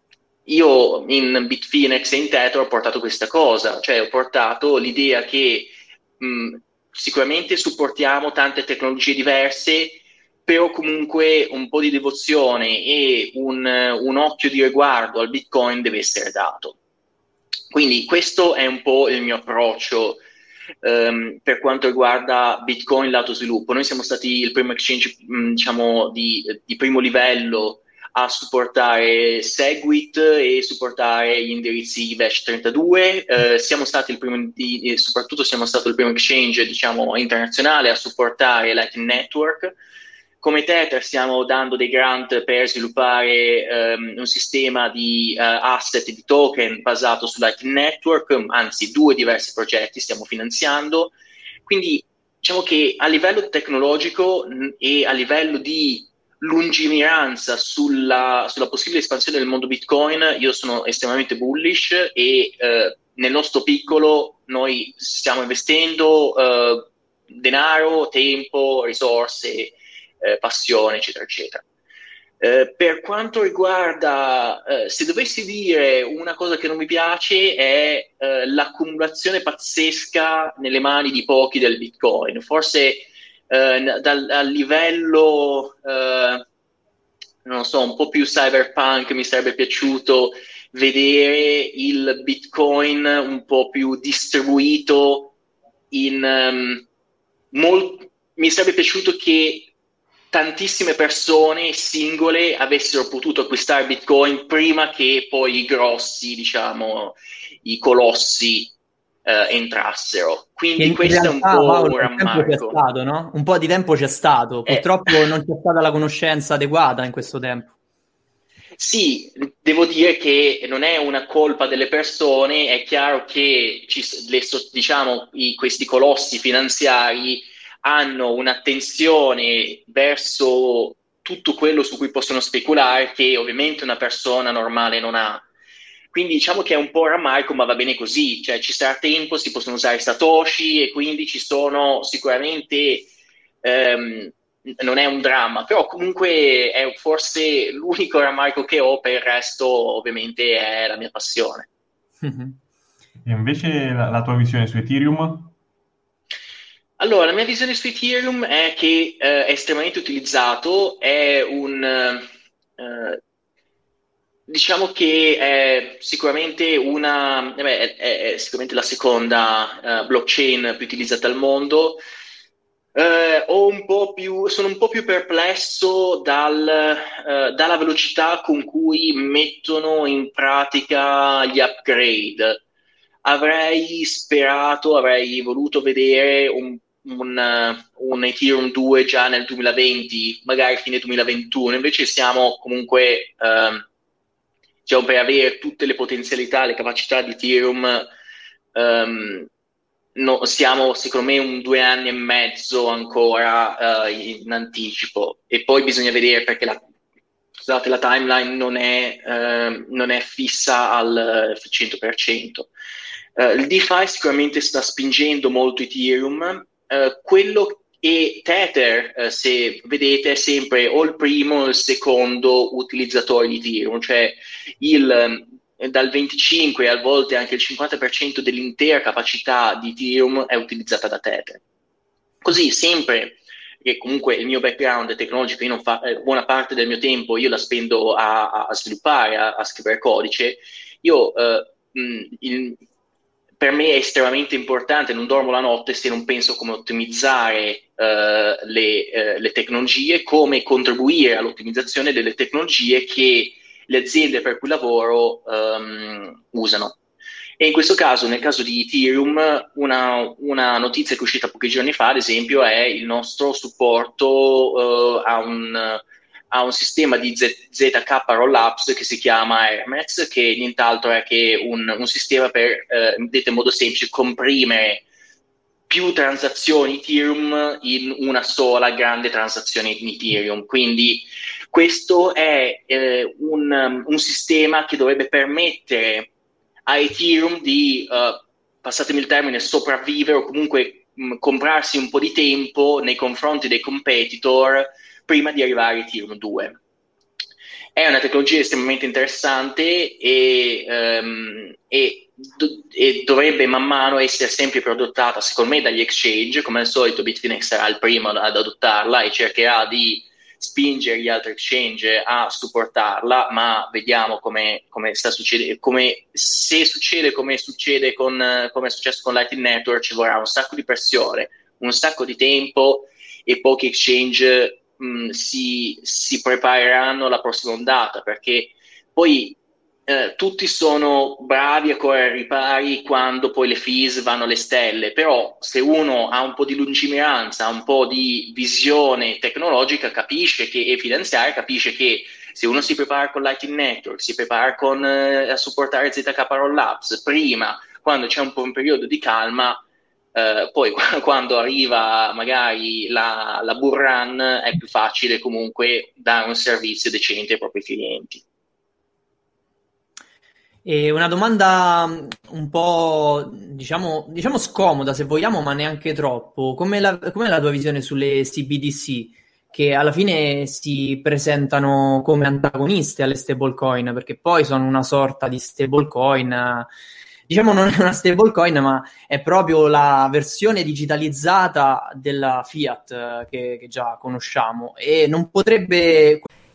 io in Bitfinex e in Tether ho portato questa cosa, cioè ho portato l'idea che mh, sicuramente supportiamo tante tecnologie diverse, però comunque un po' di devozione e un, un occhio di riguardo al Bitcoin deve essere dato. Quindi questo è un po' il mio approccio um, per quanto riguarda Bitcoin lato sviluppo. Noi siamo stati il primo exchange, mh, diciamo, di, di primo livello a supportare Segwit e supportare gli indirizzi V E S H trentadue. Eh, siamo stati il primo, di, soprattutto siamo stato il primo exchange, diciamo, internazionale a supportare Lightning Network. Come Tether stiamo dando dei grant per sviluppare um, un sistema di uh, asset, di token basato su Lightning Network, anzi due diversi progetti stiamo finanziando. Quindi diciamo che a livello tecnologico mh, e a livello di lungimiranza sulla, sulla possibile espansione del mondo Bitcoin io sono estremamente bullish e uh, nel nostro piccolo noi stiamo investendo uh, denaro, tempo, risorse, Eh, passione, eccetera, eccetera. Eh, per quanto riguarda, eh, se dovessi dire una cosa che non mi piace è eh, l'accumulazione pazzesca nelle mani di pochi del Bitcoin. Forse eh, dal, dal livello eh, non so, un po' più cyberpunk, mi sarebbe piaciuto vedere il Bitcoin un po' più distribuito in um, molt- mi sarebbe piaciuto che tantissime persone singole avessero potuto acquistare Bitcoin prima che poi i grossi, diciamo, i colossi eh, entrassero. Quindi in questo realtà, è un po' Paolo, un il tempo c'è rammarico. stato, no? Un po' di tempo c'è stato, purtroppo Eh. non c'è stata la conoscenza adeguata in questo tempo. Sì, devo dire che non è una colpa delle persone, è chiaro che ci, le, diciamo, i, questi colossi finanziari hanno un'attenzione verso tutto quello su cui possono speculare che ovviamente una persona normale non ha. Quindi diciamo che è un po' rammarico, ma va bene così, cioè ci sarà tempo, si possono usare Satoshi e quindi ci sono sicuramente... Ehm, non è un dramma, però comunque è forse l'unico rammarico che ho, per il resto ovviamente è la mia passione. E invece la, la tua visione su Ethereum? Allora, la mia visione su Ethereum è che eh, è estremamente utilizzato, è un... Eh, diciamo che è sicuramente una... Beh, è, è sicuramente la seconda eh, blockchain più utilizzata al mondo. Eh, ho un po' più, sono un po' più perplesso dal, eh, dalla velocità con cui mettono in pratica gli upgrade. Avrei sperato, avrei voluto vedere un, un, un Ethereum due già nel duemilaventi, magari fine duemilaventuno, invece siamo comunque, eh, diciamo, per avere tutte le potenzialità, le capacità di Ethereum, ehm, No, siamo secondo me un due anni e mezzo ancora uh, in anticipo, e poi bisogna vedere perché la, scusate, la timeline non è, uh, non è fissa al cento per cento. Uh, il DeFi sicuramente sta spingendo molto Ethereum, uh, quello e Tether, uh, se vedete, è sempre o il primo o il secondo utilizzatore di Ethereum, cioè il... dal venticinque a volte anche il cinquanta per cento dell'intera capacità di Ethereum è utilizzata da Tether. Così sempre, che comunque il mio background tecnologico, io non fa, eh, buona parte del mio tempo io la spendo a, a sviluppare, a, a scrivere codice, io eh, mh, il, per me è estremamente importante, non dormo la notte se non penso come ottimizzare eh, le, eh, le tecnologie, come contribuire all'ottimizzazione delle tecnologie che le aziende per cui lavoro um, usano. E in questo caso, nel caso di Ethereum, una, una notizia che è uscita pochi giorni fa, ad esempio, è il nostro supporto uh, a, un, a un sistema di Z- Z K Rollups che si chiama Hermez, che nient'altro è che un, un sistema per, uh, detto in modo semplice, comprimere più transazioni Ethereum in una sola grande transazione in Ethereum. Quindi questo è eh, un, un sistema che dovrebbe permettere a Ethereum di, uh, passatemi il termine, sopravvivere o comunque mh, comprarsi un po' di tempo nei confronti dei competitor prima di arrivare a Ethereum due. È una tecnologia estremamente interessante e, um, e, do- e dovrebbe man mano essere sempre più adottata, secondo me, dagli exchange. Come al solito Bitfinex sarà il primo ad adottarla e cercherà di spingere gli altri exchange a supportarla, ma vediamo come, come sta succedendo, come se succede come succede con come è successo con Lightning Network, ci vorrà un sacco di pressione, un sacco di tempo e pochi exchange mh, si, si prepareranno alla prossima ondata, perché poi eh, tutti sono bravi a correre ai ripari quando poi le fees vanno alle stelle, però se uno ha un po' di lungimiranza, ha un po' di visione tecnologica, capisce che, e finanziaria, capisce che se uno si prepara con Lightning Network, si prepara con, eh, a supportare Z K Rollups prima, quando c'è un po' un periodo di calma, eh, poi quando arriva magari la, la bull run è più facile comunque dare un servizio decente ai propri clienti. E una domanda un po' diciamo, diciamo scomoda se vogliamo, ma neanche troppo. Com'è la, com'è la tua visione sulle C B D C, che alla fine si presentano come antagoniste alle stablecoin, perché poi sono una sorta di stablecoin, diciamo non è una stablecoin, ma è proprio la versione digitalizzata della fiat che, che già conosciamo, e non potrebbe...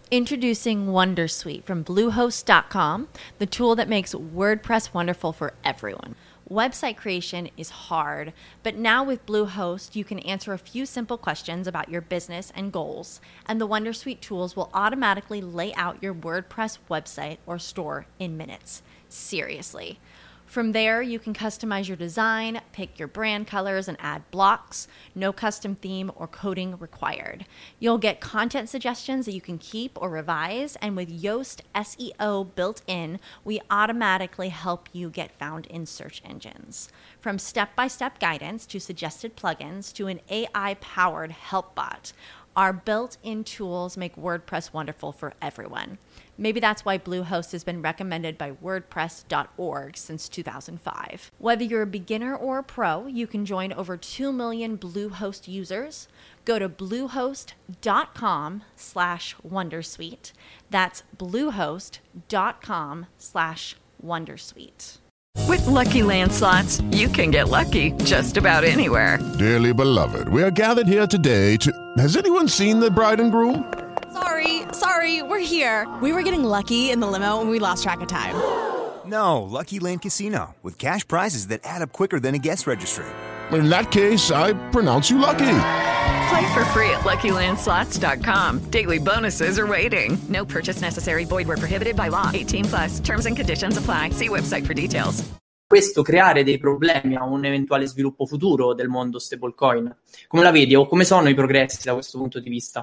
Introducing Wondersuite from Bluehost dot com, the tool that makes WordPress wonderful for everyone. Website creation is hard, but now with Bluehost, you can answer a few simple questions about your business and goals, and the Wondersuite tools will automatically lay out your WordPress website or store in minutes. Seriously. From there, you can customize your design, pick your brand colors, and add blocks. No custom theme or coding required. You'll get content suggestions that you can keep or revise, and with Yoast S E O built in, we automatically help you get found in search engines. From step-by-step guidance to suggested plugins to an A I-powered help bot, our built-in tools make WordPress wonderful for everyone. Maybe that's why Bluehost has been recommended by WordPress dot org since two thousand five. Whether you're a beginner or a pro, you can join over two million Bluehost users. Go to bluehost dot com slash wondersuite. That's bluehost dot com slash wondersuite. With Lucky Land Slots, you can get lucky just about anywhere. Dearly beloved, we are gathered here today to... Has anyone seen the bride and groom? Sorry, sorry, we're here. We were getting lucky in the limo and we lost track of time. No, Lucky Land Casino, with cash prizes that add up quicker than a guest registry. In that case, I pronounce you lucky. Play for free at lucky land slots dot com. Daily bonuses are waiting. No purchase necessary. Void where prohibited by law. eighteen plus. Terms and conditions apply. See website for details. Questo creare dei problemi a un eventuale sviluppo futuro del mondo stablecoin. Come la vedi o come sono i progressi da questo punto di vista?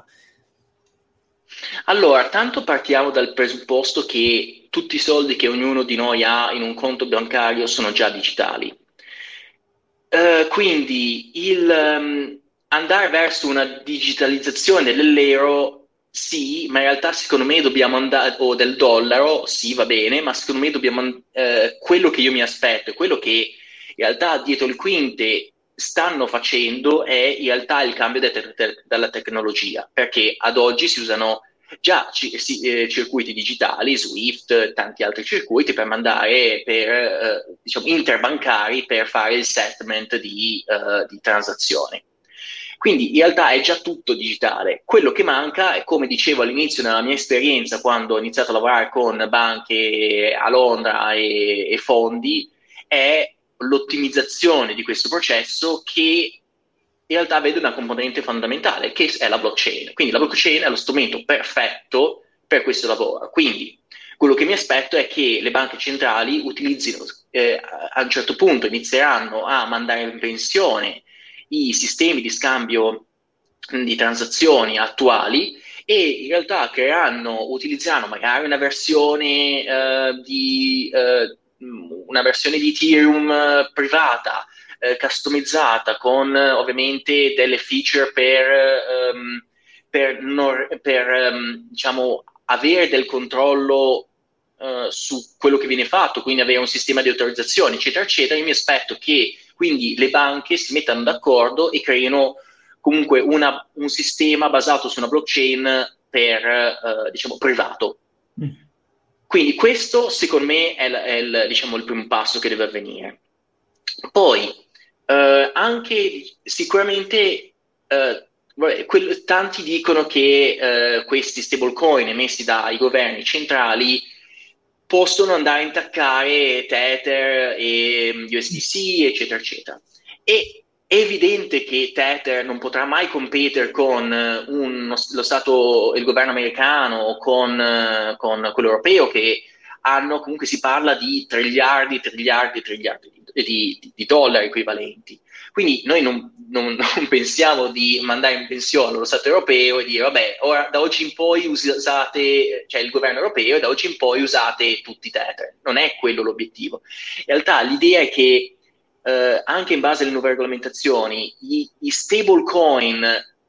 Allora, tanto partiamo dal presupposto che tutti i soldi che ognuno di noi ha in un conto bancario sono già digitali. Uh, quindi il um, andare verso una digitalizzazione dell'euro, sì, ma in realtà secondo me dobbiamo andare, o del dollaro, sì, va bene, ma secondo me dobbiamo, uh, quello che io mi aspetto, quello che in realtà dietro le quinte stanno facendo è in realtà il cambio de- de- dalla tecnologia, perché ad oggi si usano già ci- si- eh, circuiti digitali, Swift, tanti altri circuiti per mandare per eh, diciamo interbancari per fare il settlement di, uh, di transazioni. Quindi in realtà è già tutto digitale. Quello che manca è, come dicevo all'inizio nella mia esperienza quando ho iniziato a lavorare con banche a Londra e, e fondi, è l'ottimizzazione di questo processo che in realtà vede una componente fondamentale che è la blockchain. Quindi la blockchain è lo strumento perfetto per questo lavoro. Quindi quello che mi aspetto è che le banche centrali utilizzino, eh, a un certo punto inizieranno a mandare in pensione i sistemi di scambio di transazioni attuali e in realtà creeranno, utilizzeranno magari una versione uh, di uh, una versione di Ethereum uh, privata, uh, customizzata con uh, ovviamente delle feature per, um, per, non, per um, diciamo avere del controllo uh, su quello che viene fatto, quindi avere un sistema di autorizzazione, eccetera, eccetera. Io mi aspetto che quindi le banche si mettano d'accordo e creino comunque una, un sistema basato su una blockchain per, uh, diciamo, privato. Mm. Quindi questo, secondo me, è, l- è il, diciamo, il primo passo che deve avvenire. Poi, uh, anche sicuramente, uh, vabbè, quel, tanti dicono che uh, questi stablecoin emessi dai governi centrali possono andare a intaccare Tether e U S D C, eccetera, eccetera. E è evidente che Tether non potrà mai competere con un, lo Stato, il governo americano o con, con quello europeo, che hanno, comunque si parla di triliardi, triliardi, triliardi di, di, di dollari equivalenti. Quindi noi non, non, non pensiamo di mandare in pensione lo Stato europeo e dire vabbè, ora da oggi in poi usate, cioè il governo europeo, da oggi in poi usate tutti i Tether. Non è quello l'obiettivo. In realtà l'idea è che eh, anche in base alle nuove regolamentazioni i, i stablecoin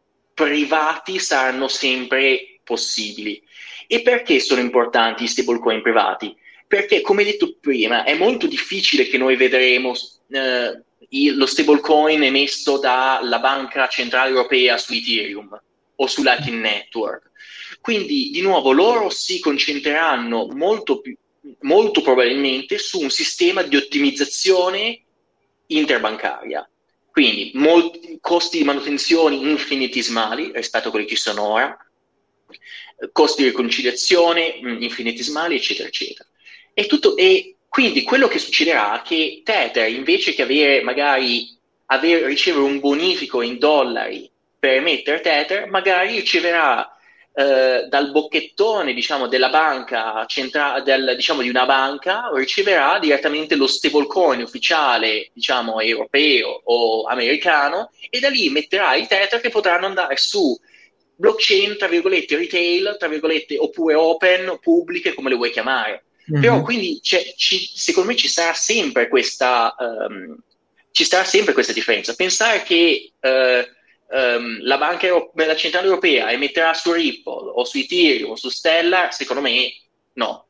privati saranno sempre possibili. E perché sono importanti i stablecoin privati? Perché, come detto prima, è molto difficile che noi vedremo eh, lo stablecoin emesso dalla Banca Centrale Europea su Ethereum o su Lightning Network. Quindi, di nuovo, loro si concentreranno molto, più, molto probabilmente su un sistema di ottimizzazione interbancaria. Quindi, molti costi di manutenzione infinitesimali rispetto a quelli che ci sono ora, costi di riconciliazione mh, infinitesimali, eccetera, eccetera. E, tutto, e quindi quello che succederà è che Tether, invece che avere magari avere, ricevere un bonifico in dollari per emettere Tether, magari riceverà eh, dal bocchettone, diciamo, della banca centrale, del, diciamo, di una banca, riceverà direttamente lo stablecoin ufficiale, diciamo, europeo o americano, e da lì metterà i Tether che potranno andare su blockchain, tra virgolette, retail, tra virgolette, oppure open, pubbliche, come le vuoi chiamare. Mm-hmm. Però quindi c'è, ci, secondo me ci sarà sempre questa um, ci sarà sempre questa differenza. Pensare che uh, um, la banca Euro- la centrale europea emetterà su Ripple o su Ethereum o su Stellar, secondo me no.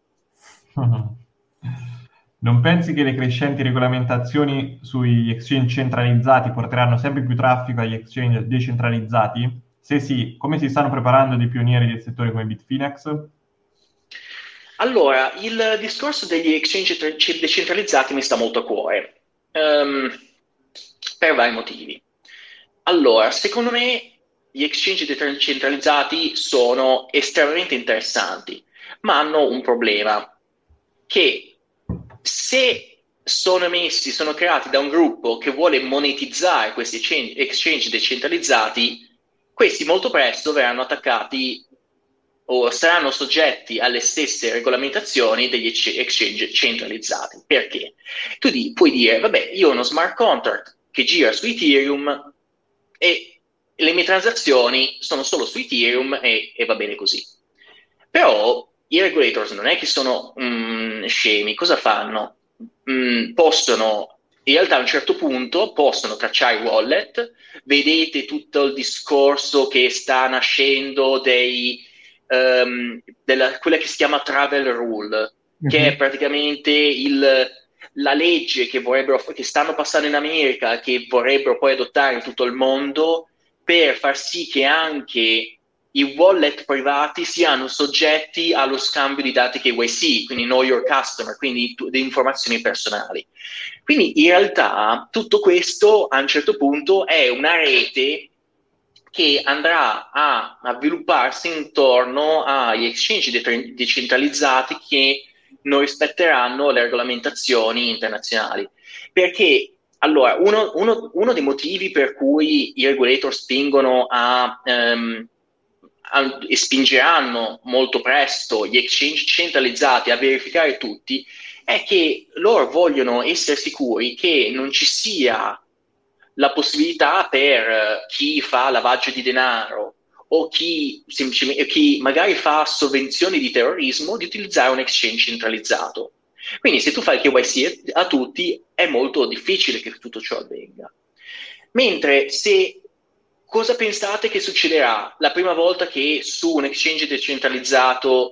Non pensi che le crescenti regolamentazioni sugli exchange centralizzati porteranno sempre più traffico agli exchange decentralizzati? Se sì, come si stanno preparando dei pionieri del settore come Bitfinex? Allora, il discorso degli exchange decentralizzati mi sta molto a cuore, um, per vari motivi. Allora, secondo me gli exchange decentralizzati sono estremamente interessanti, ma hanno un problema, che se sono emessi, sono creati da un gruppo che vuole monetizzare questi exchange decentralizzati, questi molto presto verranno attaccati o saranno soggetti alle stesse regolamentazioni degli exchange centralizzati. Perché? Tu di, puoi dire, vabbè, io ho uno smart contract che gira su Ethereum e le mie transazioni sono solo su Ethereum e, e va bene così. Però i regulators non è che sono mm, scemi, cosa fanno? Mm, possono, in realtà a un certo punto, possono tracciare i wallet, vedete tutto il discorso che sta nascendo dei Um, della, quella che si chiama travel rule, mm-hmm. che è praticamente il, la legge che vorrebbero che stanno passando in America, che vorrebbero poi adottare in tutto il mondo, per far sì che anche i wallet privati siano soggetti allo scambio di dati K Y C, quindi know your customer, quindi tu, di informazioni personali. Quindi in realtà tutto questo a un certo punto è una rete che andrà a, a svilupparsi intorno agli exchange de- decentralizzati che non rispetteranno le regolamentazioni internazionali. Perché, allora, uno, uno, uno dei motivi per cui i regulator spingono a, um, a, e spingeranno molto presto gli exchange centralizzati a verificare tutti è che loro vogliono essere sicuri che non ci sia la possibilità per chi fa lavaggio di denaro o chi, semplicemente, chi magari fa sovvenzioni di terrorismo di utilizzare un exchange centralizzato. Quindi se tu fai il K Y C a tutti è molto difficile che tutto ciò avvenga. Mentre se cosa pensate che succederà la prima volta che su un exchange decentralizzato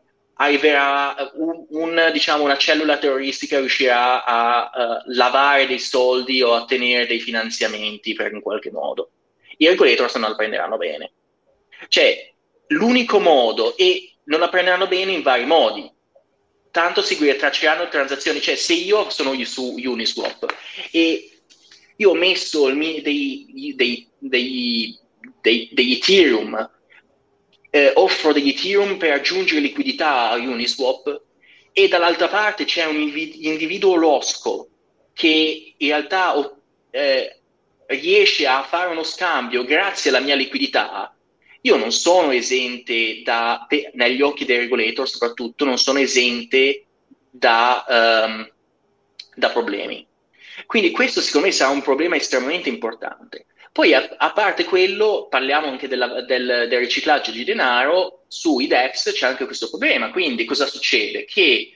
arriverà un, un, diciamo, una cellula terroristica riuscirà a uh, lavare dei soldi o a ottenere dei finanziamenti per in qualche modo? I regulators non la prenderanno bene. Cioè, l'unico modo, e non la prenderanno bene in vari modi, tanto seguire, tracceranno transazioni, cioè se io sono io su Uniswap e io ho messo il mio, dei, dei, dei, dei, degli Ethereum, Eh, offro degli Ethereum per aggiungere liquidità a Uniswap e dall'altra parte c'è un individuo losco che in realtà eh, riesce a fare uno scambio grazie alla mia liquidità, io non sono esente da, pe, negli occhi dei regulator soprattutto, non sono esente da, um, da problemi. Quindi questo secondo me sarà un problema estremamente importante. Poi a, a parte quello, parliamo anche della, del, del riciclaggio di denaro, sui D E X c'è anche questo problema, quindi cosa succede? Che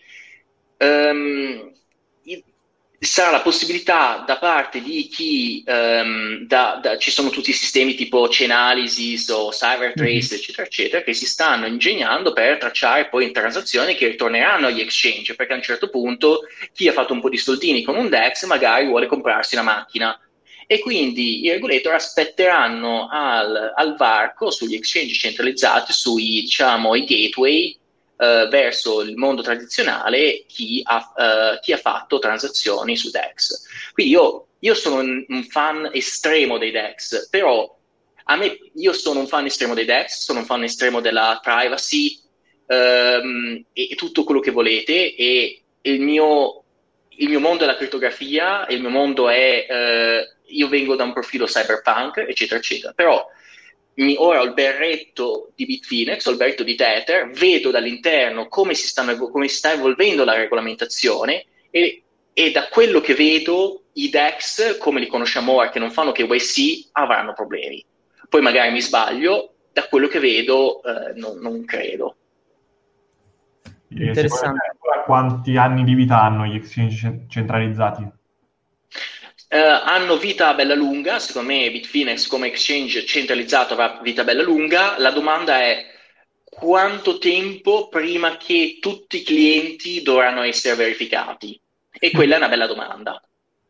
um, sarà la possibilità da parte di chi, um, da, da, ci sono tutti i sistemi tipo Chainalysis o CyberTrace, mm-hmm. eccetera, eccetera, che si stanno ingegnando per tracciare poi transazioni che ritorneranno agli exchange, perché a un certo punto chi ha fatto un po' di soldini con un D E X magari vuole comprarsi una macchina. E quindi i regulator aspetteranno al, al varco sugli exchange centralizzati, sui diciamo i gateway uh, verso il mondo tradizionale chi ha, uh, chi ha fatto transazioni su D E X. Quindi io, io sono un, un fan estremo dei D E X, però a me, io sono un fan estremo dei D E X, sono un fan estremo della privacy ehm, e, e tutto quello che volete, e il mio, il mio mondo è la crittografia, il mio mondo è, eh, io vengo da un profilo cyberpunk, eccetera, eccetera, però mi, ora ho il berretto di Bitfinex, ho il berretto di Tether, vedo dall'interno come si, stanno, come si sta evolvendo la regolamentazione, e, e da quello che vedo i D E X, come li conosciamo ora, che non fanno che K Y C, avranno problemi. Poi magari mi sbaglio, da quello che vedo eh, non, non credo. Interessante. Quanti anni di vita hanno gli exchange centralizzati? Uh, hanno vita bella lunga, secondo me Bitfinex come exchange centralizzato avrà vita bella lunga. La domanda è quanto tempo prima che tutti i clienti dovranno essere verificati, e quella è una bella domanda.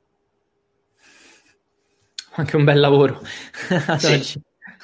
Anche un bel lavoro. Sì.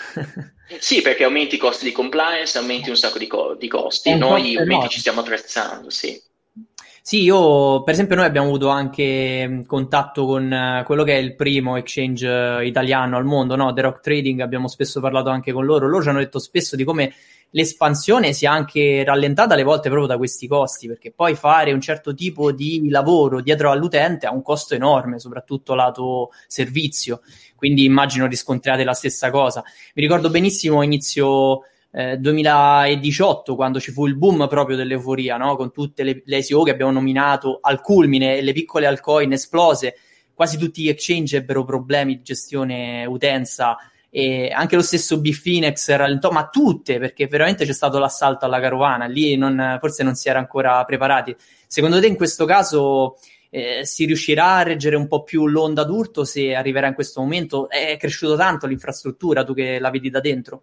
Sì, perché aumenti i costi di compliance, aumenti un sacco di, co- di costi. Un Noi costo ovviamente enorme. ci stiamo attrezzando, sì. Sì, io per esempio noi abbiamo avuto anche mh, contatto con eh, quello che è il primo exchange eh, italiano al mondo, no? The Rock Trading, abbiamo spesso parlato anche con loro. Loro ci hanno detto spesso di come l'espansione sia anche rallentata alle volte proprio da questi costi, perché poi fare un certo tipo di lavoro dietro all'utente ha un costo enorme, soprattutto lato servizio, quindi immagino riscontriate la stessa cosa. Mi ricordo benissimo inizio eh, duemiladiciotto, quando ci fu il boom proprio dell'euforia, no? Con tutte le, le I C O che abbiamo nominato al culmine e le piccole altcoin esplose, quasi tutti gli exchange ebbero problemi di gestione utenza, e anche lo stesso Bitfinex rallentò, ma tutte, perché veramente c'è stato l'assalto alla carovana, lì non, forse non si era ancora preparati. Secondo te in questo caso eh, si riuscirà a reggere un po' più l'onda d'urto se arriverà in questo momento? È cresciuto tanto l'infrastruttura, tu che la vedi da dentro?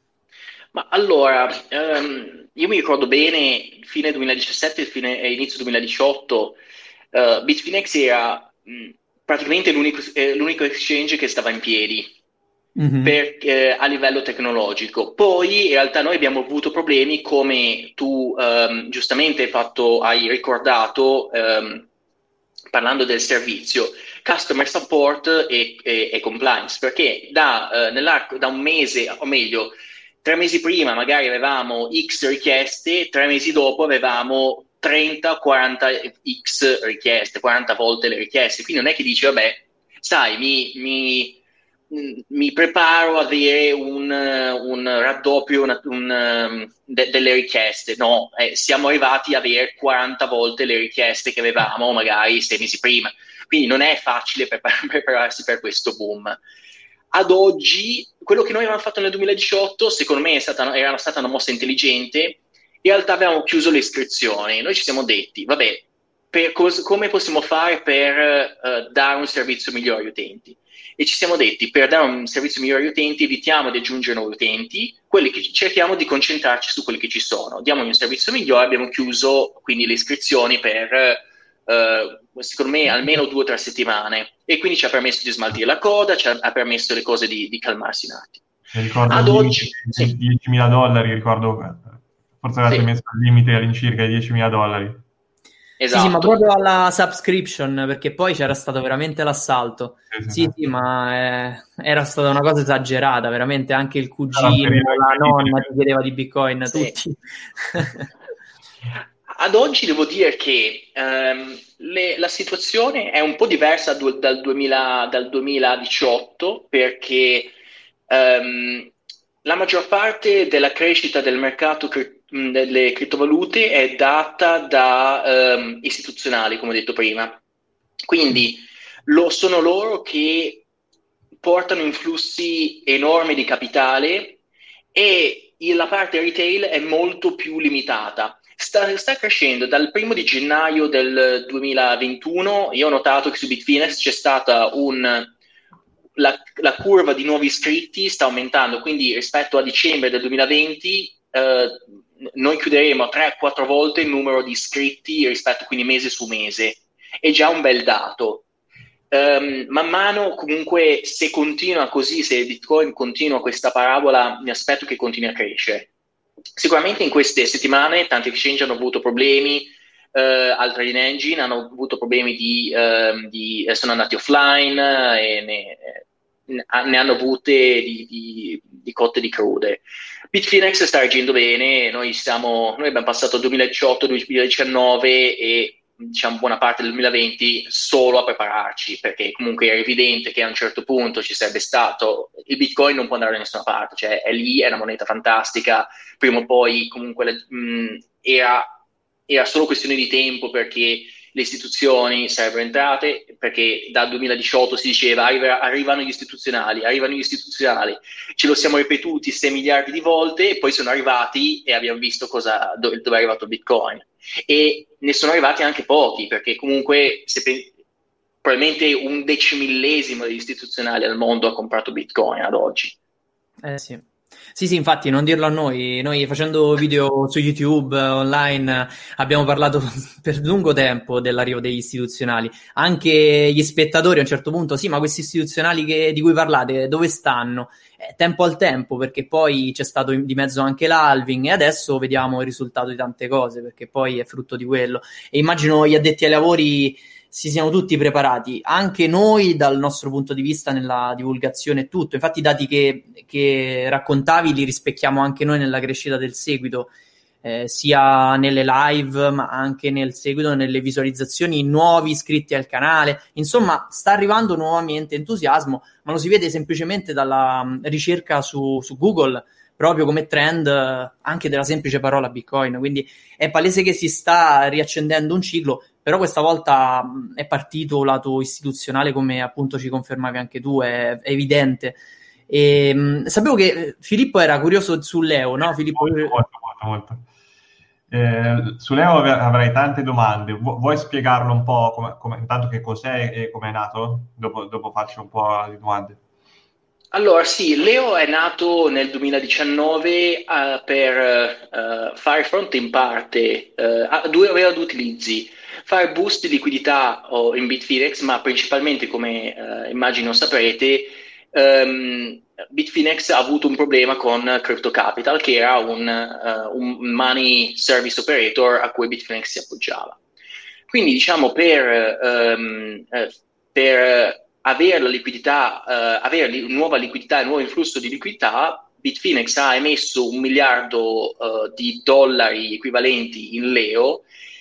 Ma allora, ehm, io mi ricordo bene, fine duemiladiciassette fine, e inizio duemiladiciotto, eh, Bitfinex era mh, praticamente l'unico, eh, l'unico exchange che stava in piedi. Mm-hmm. Per, eh, a livello tecnologico. Poi in realtà noi abbiamo avuto problemi, come tu ehm, giustamente hai, fatto, hai ricordato, ehm, parlando del servizio, customer support e, e, e compliance, perché da, eh, nell'arco, da un mese, o meglio, tre mesi prima magari avevamo X richieste, tre mesi dopo avevamo trenta quaranta X richieste, quaranta volte le richieste. Quindi non è che dici, vabbè, sai, mi... mi mi preparo a avere un, un raddoppio una, un, de, delle richieste. No, eh, siamo arrivati a avere quaranta volte le richieste che avevamo magari sei mesi prima. Quindi non è facile prepar- prepararsi per questo boom. Ad oggi, quello che noi avevamo fatto nel duemiladiciotto, secondo me è stata, era stata una mossa intelligente. In realtà avevamo chiuso le iscrizioni. Noi ci siamo detti, vabbè, per cos- come possiamo fare per uh, dare un servizio migliore agli utenti? E ci siamo detti, per dare un servizio migliore agli utenti evitiamo di aggiungere nuovi utenti, quelli che cerchiamo di concentrarci su quelli che ci sono, diamogli un servizio migliore. Abbiamo chiuso quindi le iscrizioni per eh, secondo me almeno due o tre settimane, e quindi ci ha permesso di smaltire la coda, ci ha, ha permesso le cose di, di calmarsi un attimo. Mi ricordo ad oggi sì. diecimila dollari, ricordo, forse avete sì. messo il limite all'incirca di diecimila dollari. Esatto. Sì, sì, ma proprio alla subscription, perché poi c'era stato veramente l'assalto. Sì, sì, sì, sì ma eh, era stata una cosa esagerata, veramente. Anche il cugino, la nonna ti chiedeva di Bitcoin, sì. Tutti. Ad oggi devo dire che ehm, le, la situazione è un po' diversa du- dal, duemila, dal duemiladiciotto, perché ehm, la maggior parte della crescita del mercato cri- delle criptovalute è data da ehm, istituzionali, come ho detto prima. Quindi lo, sono loro che portano influssi enormi di capitale, e la parte retail è molto più limitata. Sta, sta crescendo dal primo di gennaio del duemilaventuno. Io ho notato che su Bitfinex c'è stata un la, la curva di nuovi iscritti sta aumentando, quindi rispetto a dicembre del duemilaventi eh, noi chiuderemo tre quattro volte il numero di iscritti rispetto, quindi mese su mese. È già un bel dato. Um, man mano, comunque, se continua così, se Bitcoin continua questa parabola, mi aspetto che continui a crescere. Sicuramente in queste settimane tanti exchange hanno avuto problemi, uh, al trading engine hanno avuto problemi di, uh, di sono andati offline, e ne, ne hanno avute di, di, di cotte e di crude. Bitfinex sta reagendo bene, noi, siamo, noi abbiamo passato il duemiladiciotto duemiladiciannove e diciamo buona parte del duemilaventi solo a prepararci, perché comunque era evidente che a un certo punto ci sarebbe stato, il Bitcoin non può andare da nessuna parte, cioè è lì, è una moneta fantastica, prima o poi comunque la, mh, era, era solo questione di tempo perché le istituzioni sarebbero entrate, perché dal duemiladiciotto si diceva arriva, arrivano gli istituzionali, arrivano gli istituzionali, ce lo siamo ripetuti sei miliardi di volte e poi sono arrivati e abbiamo visto cosa, dove, dove è arrivato il Bitcoin. E ne sono arrivati anche pochi, perché comunque se pe- probabilmente un decimillesimo degli istituzionali al mondo ha comprato Bitcoin ad oggi. Eh sì. Sì, sì, infatti, non dirlo a noi. Noi facendo video su YouTube, online, abbiamo parlato per lungo tempo dell'arrivo degli istituzionali. Anche gli spettatori a un certo punto, sì, ma questi istituzionali che, di cui parlate, dove stanno? Eh, tempo al tempo, perché poi c'è stato di mezzo anche l'halving e adesso vediamo il risultato di tante cose, perché poi è frutto di quello. E immagino gli addetti ai lavori si siano tutti preparati, anche noi dal nostro punto di vista nella divulgazione e tutto. Infatti i dati che, che raccontavi li rispecchiamo anche noi nella crescita del seguito, eh, sia nelle live ma anche nel seguito, nelle visualizzazioni, nuovi iscritti al canale. Insomma, sta arrivando nuovamente entusiasmo, ma lo si vede semplicemente dalla ricerca su, su Google, proprio come trend anche della semplice parola Bitcoin. Quindi è palese che si sta riaccendendo un ciclo, però questa volta è partito lato istituzionale, come appunto ci confermavi anche tu, è, è evidente. E, mh, sapevo che Filippo era curioso su Leo, no Filippo? Molto, molto, molto, molto. Eh, su Leo avrai tante domande. Vu- vuoi spiegarlo un po', come, come, intanto che cos'è e come è nato? Dopo, dopo faccio un po' di domande. Allora sì, Leo è nato nel duemiladiciannove uh, per uh, fare fronte in parte uh, a due, aveva due utilizzi: fare boost di liquidità oh, in Bitfinex, ma principalmente, come uh, immagino saprete, um, Bitfinex ha avuto un problema con Crypto Capital, che era un, uh, un money service operator a cui Bitfinex si appoggiava. Quindi diciamo per, um, uh, per avere la liquidità, uh, avere li- nuova liquidità e nuovo influsso di liquidità, Bitfinex ha emesso un miliardo uh, di dollari equivalenti in Leo,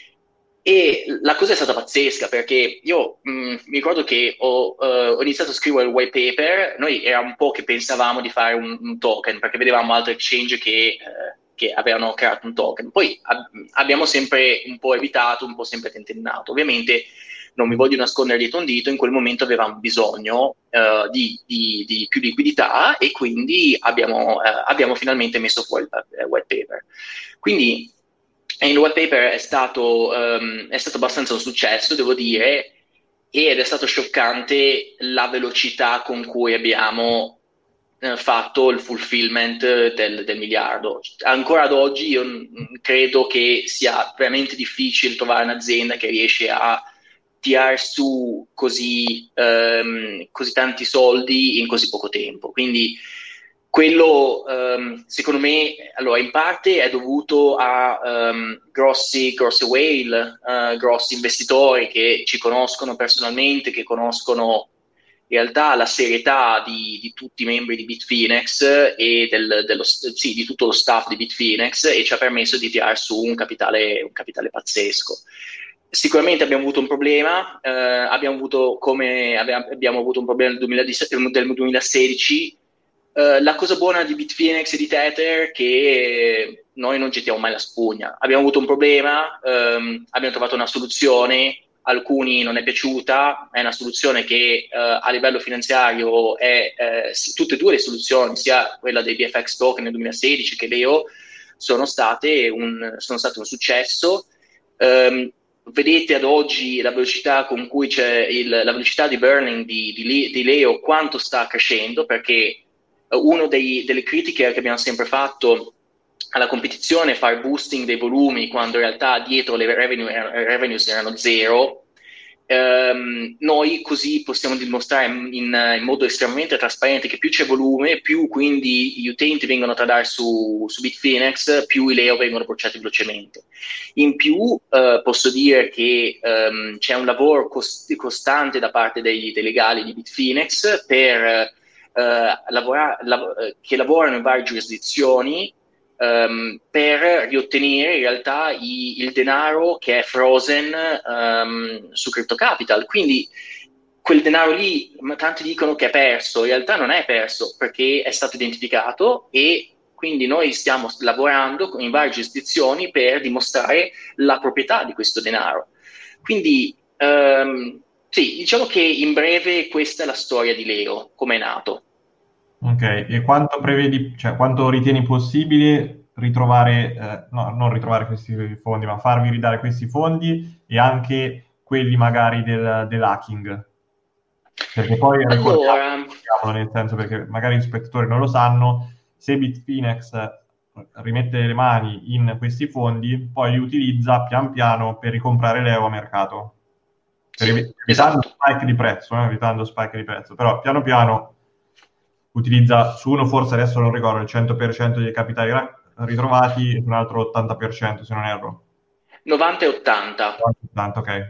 e la cosa è stata pazzesca, perché io mh, mi ricordo che ho, uh, ho iniziato a scrivere il white paper. Noi era un po' che pensavamo di fare un, un token, perché vedevamo altri exchange che, uh, che avevano creato un token. Poi ab- abbiamo sempre un po' evitato, un po' sempre tentennato. Ovviamente non mi voglio nascondere dietro un dito, in quel momento avevamo bisogno uh, di, di, di più liquidità, e quindi abbiamo, uh, abbiamo finalmente messo fuori il uh, white paper. Quindi il white paper è stato, um, è stato abbastanza un successo, devo dire, ed è stato scioccante la velocità con cui abbiamo uh, fatto il fulfillment del, del miliardo. Ancora ad oggi io n- credo che sia veramente difficile trovare un'azienda che riesce a tirare su così, um, così tanti soldi in così poco tempo. Quindi quello, um, secondo me, allora in parte è dovuto a um, grossi, grosse whale, uh, grossi investitori che ci conoscono personalmente, che conoscono in realtà la serietà di, di tutti i membri di Bitfinex e del, dello, sì, di tutto lo staff di Bitfinex, e ci ha permesso di tirare su un capitale, un capitale pazzesco. Sicuramente abbiamo avuto un problema, eh, abbiamo avuto come abbiamo, abbiamo avuto un problema nel duemiladiciassette, del duemilasedici. Uh, la cosa buona di Bitfinex e di Tether è che noi non gettiamo mai la spugna. Abbiamo avuto un problema, um, abbiamo trovato una soluzione, alcuni non è piaciuta, è una soluzione che uh, a livello finanziario è eh, tutte e due le soluzioni, sia quella dei B F X token nel duemilasedici che Leo, sono state un, sono state un successo. Um, vedete ad oggi la velocità con cui c'è il, la velocità di burning di, di, di Leo, quanto sta crescendo, perché una delle critiche che abbiamo sempre fatto alla competizione è fare boosting dei volumi quando in realtà dietro le revenue, revenues erano zero. Um, noi così possiamo dimostrare in, in modo estremamente trasparente che più c'è volume, più quindi gli utenti vengono a tradare su, su Bitfinex, più i Leo vengono bruciati velocemente. In più uh, posso dire che um, c'è un lavoro cost- costante da parte dei, dei legali di Bitfinex per eh, lavora- lav- che lavorano in varie giurisdizioni um, per riottenere in realtà i- il denaro che è frozen um, su Crypto Capital. Quindi quel denaro lì, ma tanti dicono che è perso, in realtà non è perso perché è stato identificato, e quindi noi stiamo lavorando in varie giurisdizioni per dimostrare la proprietà di questo denaro. Quindi um, sì, diciamo che in breve questa è la storia di Leo, come è nato. Ok, e quanto prevedi, cioè quanto ritieni possibile ritrovare, eh, no, non ritrovare questi fondi, ma farvi ridare questi fondi e anche quelli magari del, dell'hacking? Perché poi Allora, ricordiamo, nel senso, perché magari gli spettatori non lo sanno, se Bitfinex rimette le mani in questi fondi, poi li utilizza pian piano per ricomprare Leo a mercato. Per Sì, evi- evitando esatto. spike di prezzo, eh, evitando spike di prezzo, però piano piano utilizza su uno, forse adesso non ricordo, il cento per cento dei capitali ra- ritrovati e su un altro ottanta per cento, se non erro. novanta e ottanta. Tanto, ok.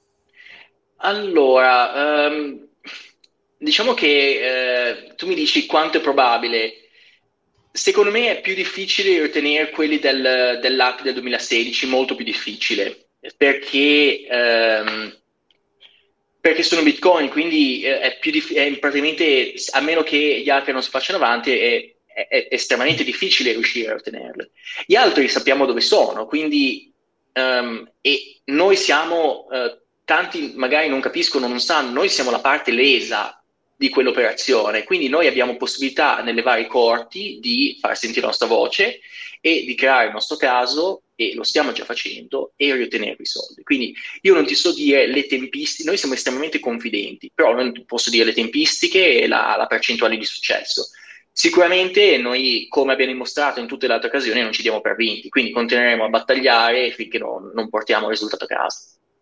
Allora, ehm, diciamo che eh, tu mi dici quanto è probabile. Secondo me è più difficile ritenere quelli del, dell'A P I del duemilasedici, molto più difficile, perché, ehm, perché sono Bitcoin, quindi eh, è più dif- è praticamente, a meno che gli altri non si facciano avanti, è, è, è estremamente difficile riuscire a ottenerli. Gli altri sappiamo dove sono, quindi ehm, e noi siamo, eh, tanti magari non capiscono, non sanno, noi siamo la parte lesa di quell'operazione, quindi noi abbiamo possibilità nelle varie corti di far sentire la nostra voce e di creare il nostro caso, e lo stiamo già facendo, e riottenere i soldi. Quindi io non ti so dire le tempistiche, noi siamo estremamente confidenti, però non ti posso dire le tempistiche e la, la percentuale di successo. Sicuramente noi, come abbiamo dimostrato in tutte le altre occasioni, non ci diamo per vinti, quindi continueremo a battagliare finché non, non portiamo il risultato a casa.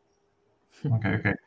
Ok, ok.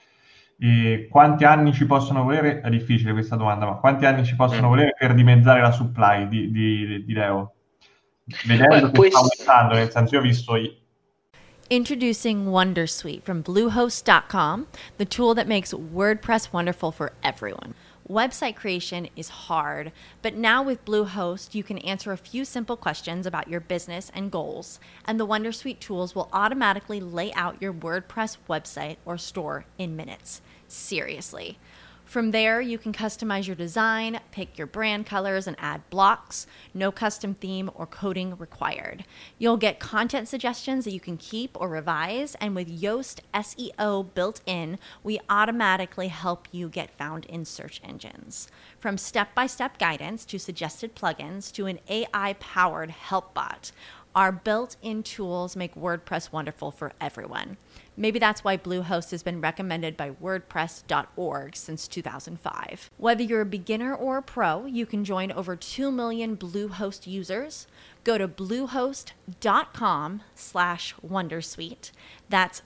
E quanti anni ci possono volere? È difficile questa domanda, ma quanti anni ci possono Mm. volere per dimezzare la supply di, di, di Leo? Vedendo Beh, che sta questo- aumentando, nel senso, io ho visto i- Introducing Wondersuite from Bluehost dot com, the tool that makes WordPress wonderful for everyone. Website creation is hard, but now with Bluehost, you can answer a few simple questions about your business and goals, and the Wondersuite tools will automatically lay out your WordPress website or store in minutes. Seriously. From there, you can customize your design, pick your brand colors, and add blocks. No custom theme or coding required. You'll get content suggestions that you can keep or revise, and with Yoast S E O built in, we automatically help you get found in search engines. From step-by-step guidance to suggested plugins to an A I-powered help bot, our built-in tools make WordPress wonderful for everyone. Maybe that's why Bluehost has been recommended by WordPress dot org since two thousand five. Whether you're a beginner or a pro, you can join over two million Bluehost users. Go to bluehost.com slash Wondersuite. That's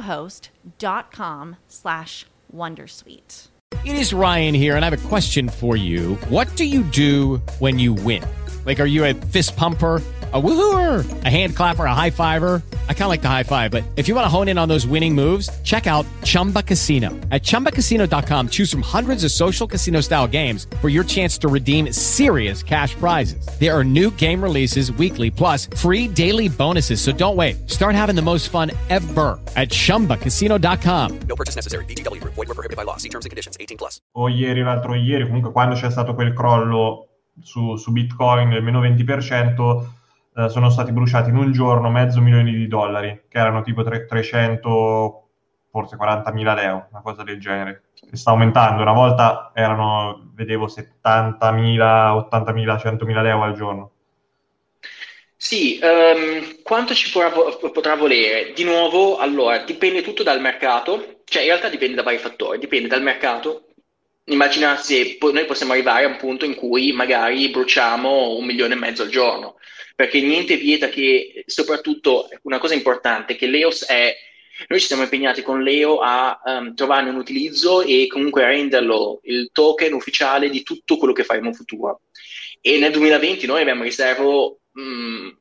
bluehost.com slash Wondersuite. It is Ryan here, and I have a question for you. What do you do when you win? Like, are you a fist pumper, a woohooer, a hand clapper, a high fiver? I kind of like the high five, but if you want to hone in on those winning moves, check out Chumba Casino. At chumba casino dot com, choose from hundreds of social casino style games for your chance to redeem serious cash prizes. There are new game releases weekly, plus free daily bonuses. So don't wait. Start having the most fun ever at chumba casino dot com. No purchase necessary. V G W Group. Void where prohibited by law. See terms and conditions. eighteen plus. o ieri o l'altro ieri, comunque quando c'è stato quel crollo su, su Bitcoin del meno venti per cento, eh, sono stati bruciati in un giorno mezzo milione di dollari, che erano tipo tre- trecento, forse quarantamila euro, una cosa del genere. E sta aumentando, una volta erano, vedevo, settantamila, ottantamila, centomila euro al giorno. Sì, ehm, quanto ci potrà, potrà volere? Di nuovo, allora, dipende tutto dal mercato, cioè in realtà dipende da vari fattori, dipende dal mercato. Immaginarsi, po- noi possiamo arrivare a un punto in cui magari bruciamo un milione e mezzo al giorno, perché niente vieta che, soprattutto, una cosa importante, che l'E O S è, noi ci siamo impegnati con l'E O a um, trovarne un utilizzo e comunque a renderlo il token ufficiale di tutto quello che faremo in futuro. E nel duemilaventi noi abbiamo riservo mh,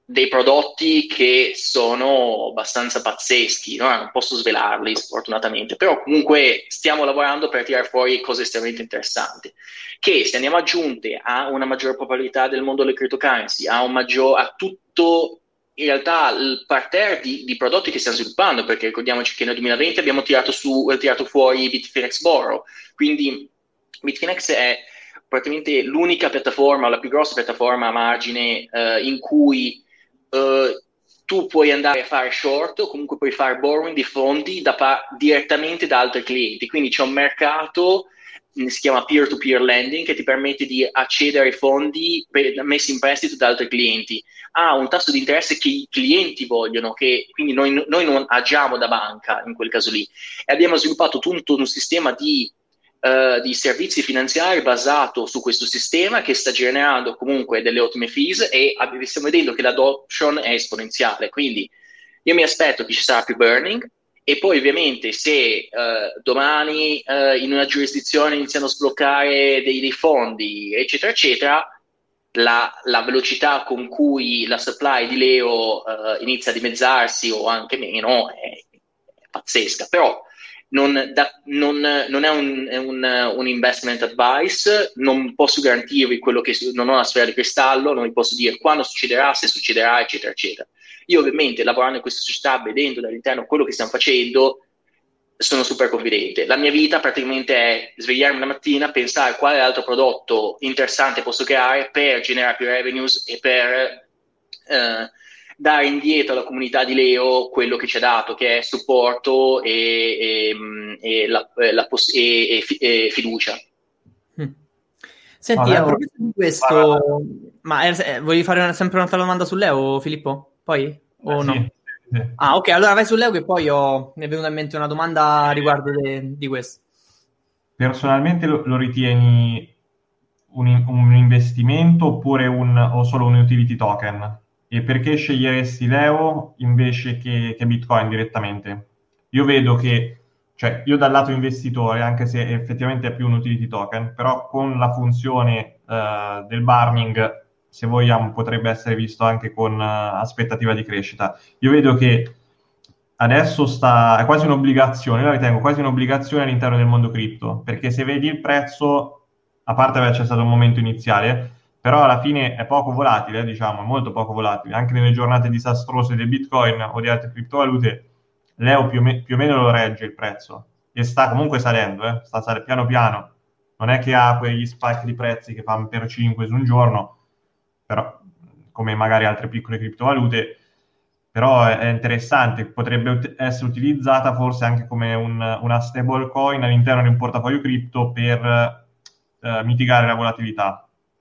dei prodotti che sono abbastanza pazzeschi, no? Non posso svelarli sfortunatamente, però comunque stiamo lavorando per tirare fuori cose estremamente interessanti, che se andiamo aggiunte a una maggiore popolarità del mondo delle cryptocurrency, a un maggior, a tutto in realtà il parterre di, di prodotti che stiamo sviluppando, perché ricordiamoci che nel duemilaventi abbiamo tirato, su, tirato fuori Bitfinex Borrow, quindi Bitfinex è praticamente l'unica piattaforma, la più grossa piattaforma a margine eh, in cui Uh, tu puoi andare a fare short o comunque puoi fare borrowing di fondi da par- direttamente da altri clienti, quindi c'è un mercato, si chiama peer-to-peer lending, che ti permette di accedere ai fondi per, messi in prestito da altri clienti a un tasso di interesse che i clienti vogliono, che quindi noi, noi non agiamo da banca in quel caso lì, e abbiamo sviluppato tutto un sistema di Uh, di servizi finanziari basato su questo sistema che sta generando comunque delle ottime fees, e ab- stiamo vedendo che l'adoption è esponenziale, quindi io mi aspetto che ci sarà più burning, e poi ovviamente se uh, domani uh, in una giurisdizione iniziano a sbloccare dei, dei fondi eccetera eccetera, la, la velocità con cui la supply di Leo uh, inizia a dimezzarsi o anche meno è, è pazzesca. Però Non, da, non, non è, un, è un, un investment advice, non posso garantirvi quello che, non ho la sfera di cristallo, non vi posso dire quando succederà, se succederà eccetera eccetera. Io ovviamente lavorando in questa società, vedendo dall'interno quello che stiamo facendo, sono super confidente. La mia vita praticamente è svegliarmi la mattina, pensare quale altro prodotto interessante posso creare per generare più revenues e per eh, dare indietro alla comunità di Leo quello che ci ha dato, che è supporto e, e, e, la, la poss- e, e, e fiducia. Senti, Vabbè, a proposito di questo, ma eh, volevi fare una, sempre un'altra domanda su Leo, Filippo? Poi? O Eh, no? sì, sì. Ah, ok, allora vai su Leo, che poi ho, mi è venuta in mente una domanda riguardo de, di questo. Personalmente lo, lo ritieni un, un investimento oppure un, o solo un utility token? E perché sceglieresti Leo invece che, che Bitcoin direttamente? Io vedo che, cioè io dal lato investitore, anche se effettivamente è più un utility token, però con la funzione uh, del burning, se vogliamo, potrebbe essere visto anche con uh, aspettativa di crescita. Io vedo che adesso sta, è quasi un'obbligazione, io la ritengo quasi un'obbligazione all'interno del mondo cripto, perché se vedi il prezzo, a parte che c'è stato un momento iniziale, però alla fine è poco volatile, diciamo, è molto poco volatile. Anche nelle giornate disastrose del Bitcoin o di altre criptovalute, Leo più o, me- più o meno lo regge il prezzo, e sta comunque salendo, eh? Sta sal- piano piano. Non è che ha quegli spike di prezzi che fanno per cinque su un giorno, però come magari altre piccole criptovalute, però è, è interessante, potrebbe ut- essere utilizzata forse anche come un, una stablecoin all'interno di un portafoglio cripto per eh, mitigare la volatilità.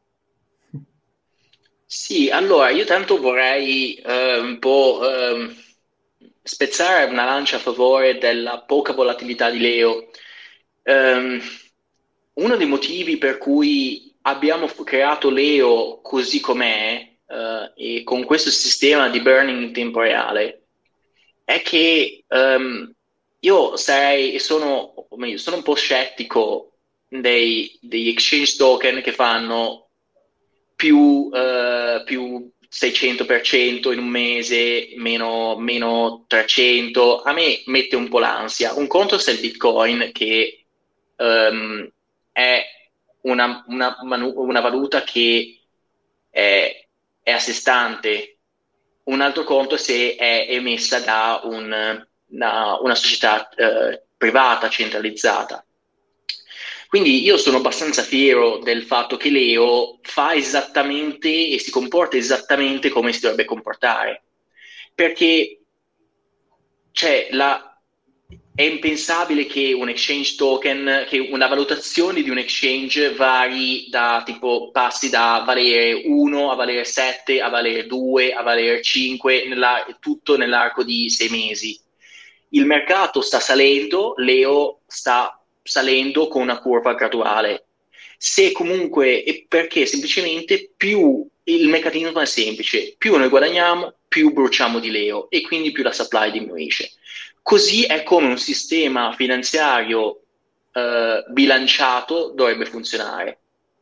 Sì, allora io tanto vorrei eh, un po' eh, spezzare una lancia a favore della poca volatilità di Leo. Um, uno dei motivi per cui abbiamo creato Leo così com'è uh, e con questo sistema di burning in tempo reale è che um, io sarei, sono, o meglio, sono un po' scettico dei, degli exchange token che fanno più, uh, più seicento per cento in un mese, meno, meno trecento. A me mette un po' l'ansia. Un conto sta il Bitcoin, che um, è una, una, una valuta che è, è a sé stante. Un altro conto se è emessa da un, da una società uh, privata centralizzata. Quindi io sono abbastanza fiero del fatto che Leo fa esattamente e si comporta esattamente come si dovrebbe comportare, perché cioè, la, è impensabile che un exchange token, che una valutazione di un exchange vari da tipo passi da valere uno a valere sette a valere due a valere cinque, nella, tutto nell'arco di sei mesi. Il mercato sta salendo, Leo sta salendo con una curva graduale. Se comunque, e perché semplicemente più il meccanismo è semplice, più noi guadagniamo, più bruciamo di Leo e quindi più la supply diminuisce. Così è come un sistema finanziario eh, bilanciato dovrebbe funzionare.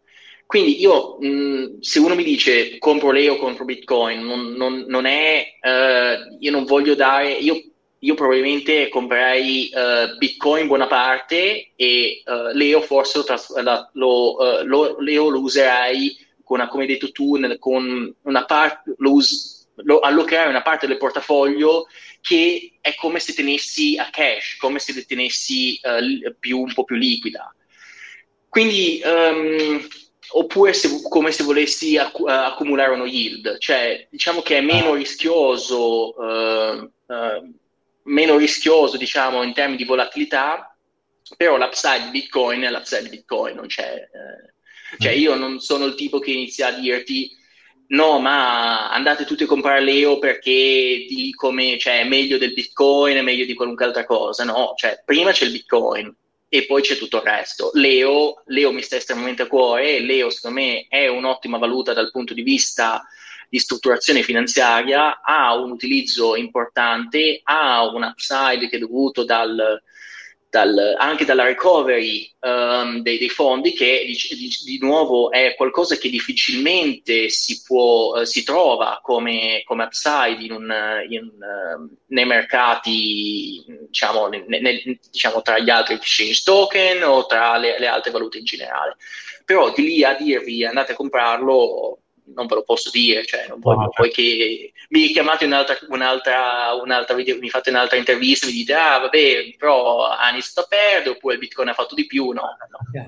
Quindi io, mh, se uno mi dice compro Leo, compro Bitcoin, non, non, non è, uh, io non voglio dare, io, io probabilmente comprerei uh, Bitcoin buona parte e uh, Leo forse lo, tras- la, lo, uh, lo, Leo lo userei con una, come hai detto tu, nel, con una parte, lo, us- lo allocherai una parte del portafoglio che è come se tenessi a cash, come se le tenessi uh, più, un po' più liquida. Quindi, um, oppure se, come se volessi acc- accumulare uno yield, cioè diciamo che è meno rischioso, uh, uh, meno rischioso diciamo in termini di volatilità, però l'upside di Bitcoin è l'upside di Bitcoin, non c'è, uh, cioè io non sono il tipo che inizia a dirti no, ma andate tutti a comprare Leo perché di come, cioè, è meglio del Bitcoin, è meglio di qualunque altra cosa, no, cioè prima c'è il Bitcoin e poi c'è tutto il resto. Leo, Leo mi sta estremamente a cuore, Leo secondo me è un'ottima valuta dal punto di vista di strutturazione finanziaria, ha un utilizzo importante, ha un upside che è dovuto dal, dal, anche dalla recovery um, dei, dei fondi, che di, di, di nuovo è qualcosa che difficilmente si può, uh, si trova come, come upside in un, in, uh, nei mercati, diciamo, ne, ne, diciamo tra gli altri exchange token o tra le, le altre valute in generale. Però di lì a dirvi andate a comprarlo non ve lo posso dire, cioè non voglio, poi che mi chiamate un'altra, un'altra, un'altra video, mi fate un'altra intervista, mi dite ah vabbè però ha iniziato a perdere oppure il Bitcoin ha fatto di più, no, no. Okay.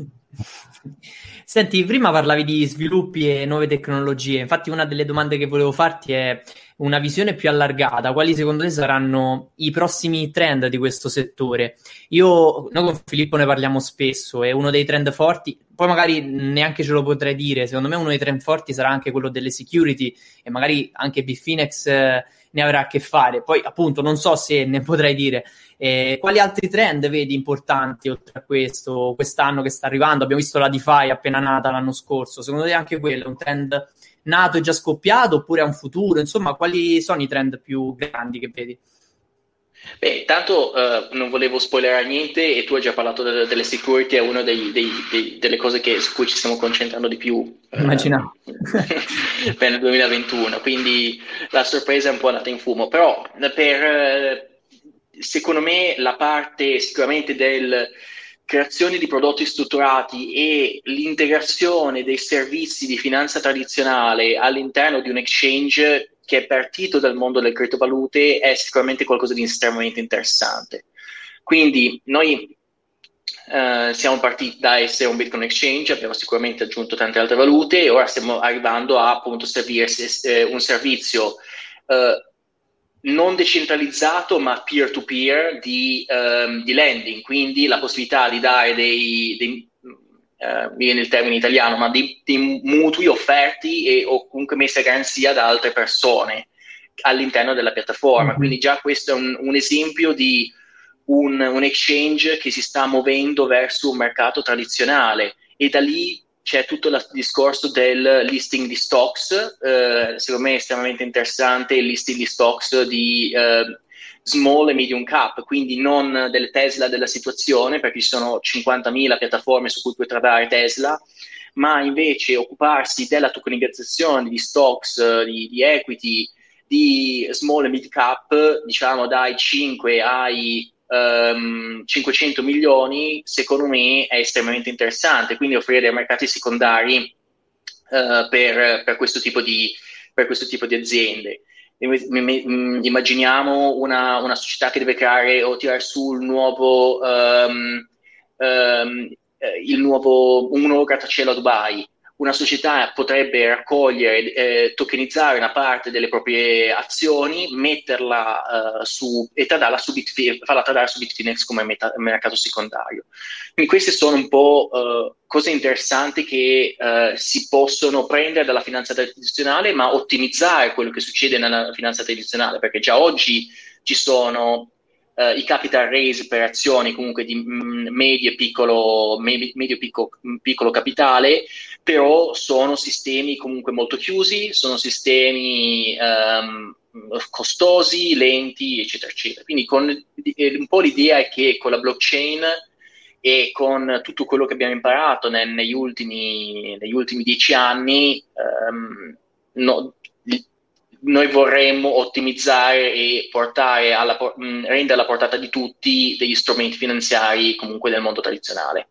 Senti, prima parlavi di sviluppi e nuove tecnologie, infatti una delle domande che volevo farti è una visione più allargata, quali secondo te saranno i prossimi trend di questo settore? Io, noi con Filippo ne parliamo spesso, è uno dei trend forti, poi magari neanche ce lo potrei dire, secondo me uno dei trend forti sarà anche quello delle security e magari anche Bitfinex eh, ne avrà a che fare, poi appunto non so se ne potrei dire. Eh, quali altri trend vedi importanti oltre a questo, quest'anno che sta arrivando? Abbiamo visto la DeFi appena nata l'anno scorso, secondo te anche quello è un trend nato e già scoppiato oppure ha un futuro? Insomma, quali sono i trend più grandi che vedi? Beh, tanto uh, non volevo spoilerare niente e tu hai già parlato de- delle security, è una dei, dei, dei, delle cose che, su cui ci stiamo concentrando di più Immaginavo. uh, per il duemilaventuno, quindi la sorpresa è un po' andata in fumo, però per, uh, secondo me la parte sicuramente del creazione di prodotti strutturati e l'integrazione dei servizi di finanza tradizionale all'interno di un exchange che è partito dal mondo delle criptovalute è sicuramente qualcosa di estremamente interessante. Quindi noi uh, siamo partiti da essere un Bitcoin exchange, abbiamo sicuramente aggiunto tante altre valute e ora stiamo arrivando a appunto servire eh, un servizio uh, non decentralizzato ma peer-to-peer di, um, di lending, quindi la possibilità di dare dei, dei Uh, mi viene il termine italiano, ma di, di mutui offerti e, o comunque messi a garanzia da altre persone all'interno della piattaforma. Mm-hmm. Quindi già questo è un, un esempio di un, un exchange che si sta muovendo verso un mercato tradizionale e da lì c'è tutto il discorso del listing di stocks, uh, secondo me è estremamente interessante il listing di stocks di uh, small e medium cap, quindi non delle Tesla della situazione, perché ci sono cinquantamila piattaforme su cui puoi tradare Tesla, ma invece occuparsi della tokenizzazione di stocks, di, di equity, di small e mid cap, diciamo dai cinque ai um, cinquecento milioni, secondo me è estremamente interessante, quindi offrire dei mercati secondari uh, per, per, questo tipo di, per questo tipo di aziende. Immaginiamo una, una società che deve creare o tirare su il nuovo, um, um, il nuovo, un nuovo grattacielo a Dubai. Una società potrebbe raccogliere, eh, tokenizzare una parte delle proprie azioni, metterla uh, su e tradarla su Bitfinex, farla tradare su Bitfinex come meta, mercato secondario. Quindi queste sono un po' uh, cose interessanti che uh, si possono prendere dalla finanza tradizionale, ma ottimizzare quello che succede nella finanza tradizionale, perché già oggi ci sono Uh, i capital raise per azioni comunque di mm, medio e piccolo, me- medio piccolo, piccolo capitale, però sono sistemi comunque molto chiusi, sono sistemi um, costosi, lenti, eccetera, eccetera. Quindi con, eh, un po' l'idea è che con la blockchain e con tutto quello che abbiamo imparato ne- negli ultimi, negli ultimi dieci anni, ehm, no- noi vorremmo ottimizzare e portare alla, por- mh, rendere alla portata di tutti degli strumenti finanziari comunque del mondo tradizionale.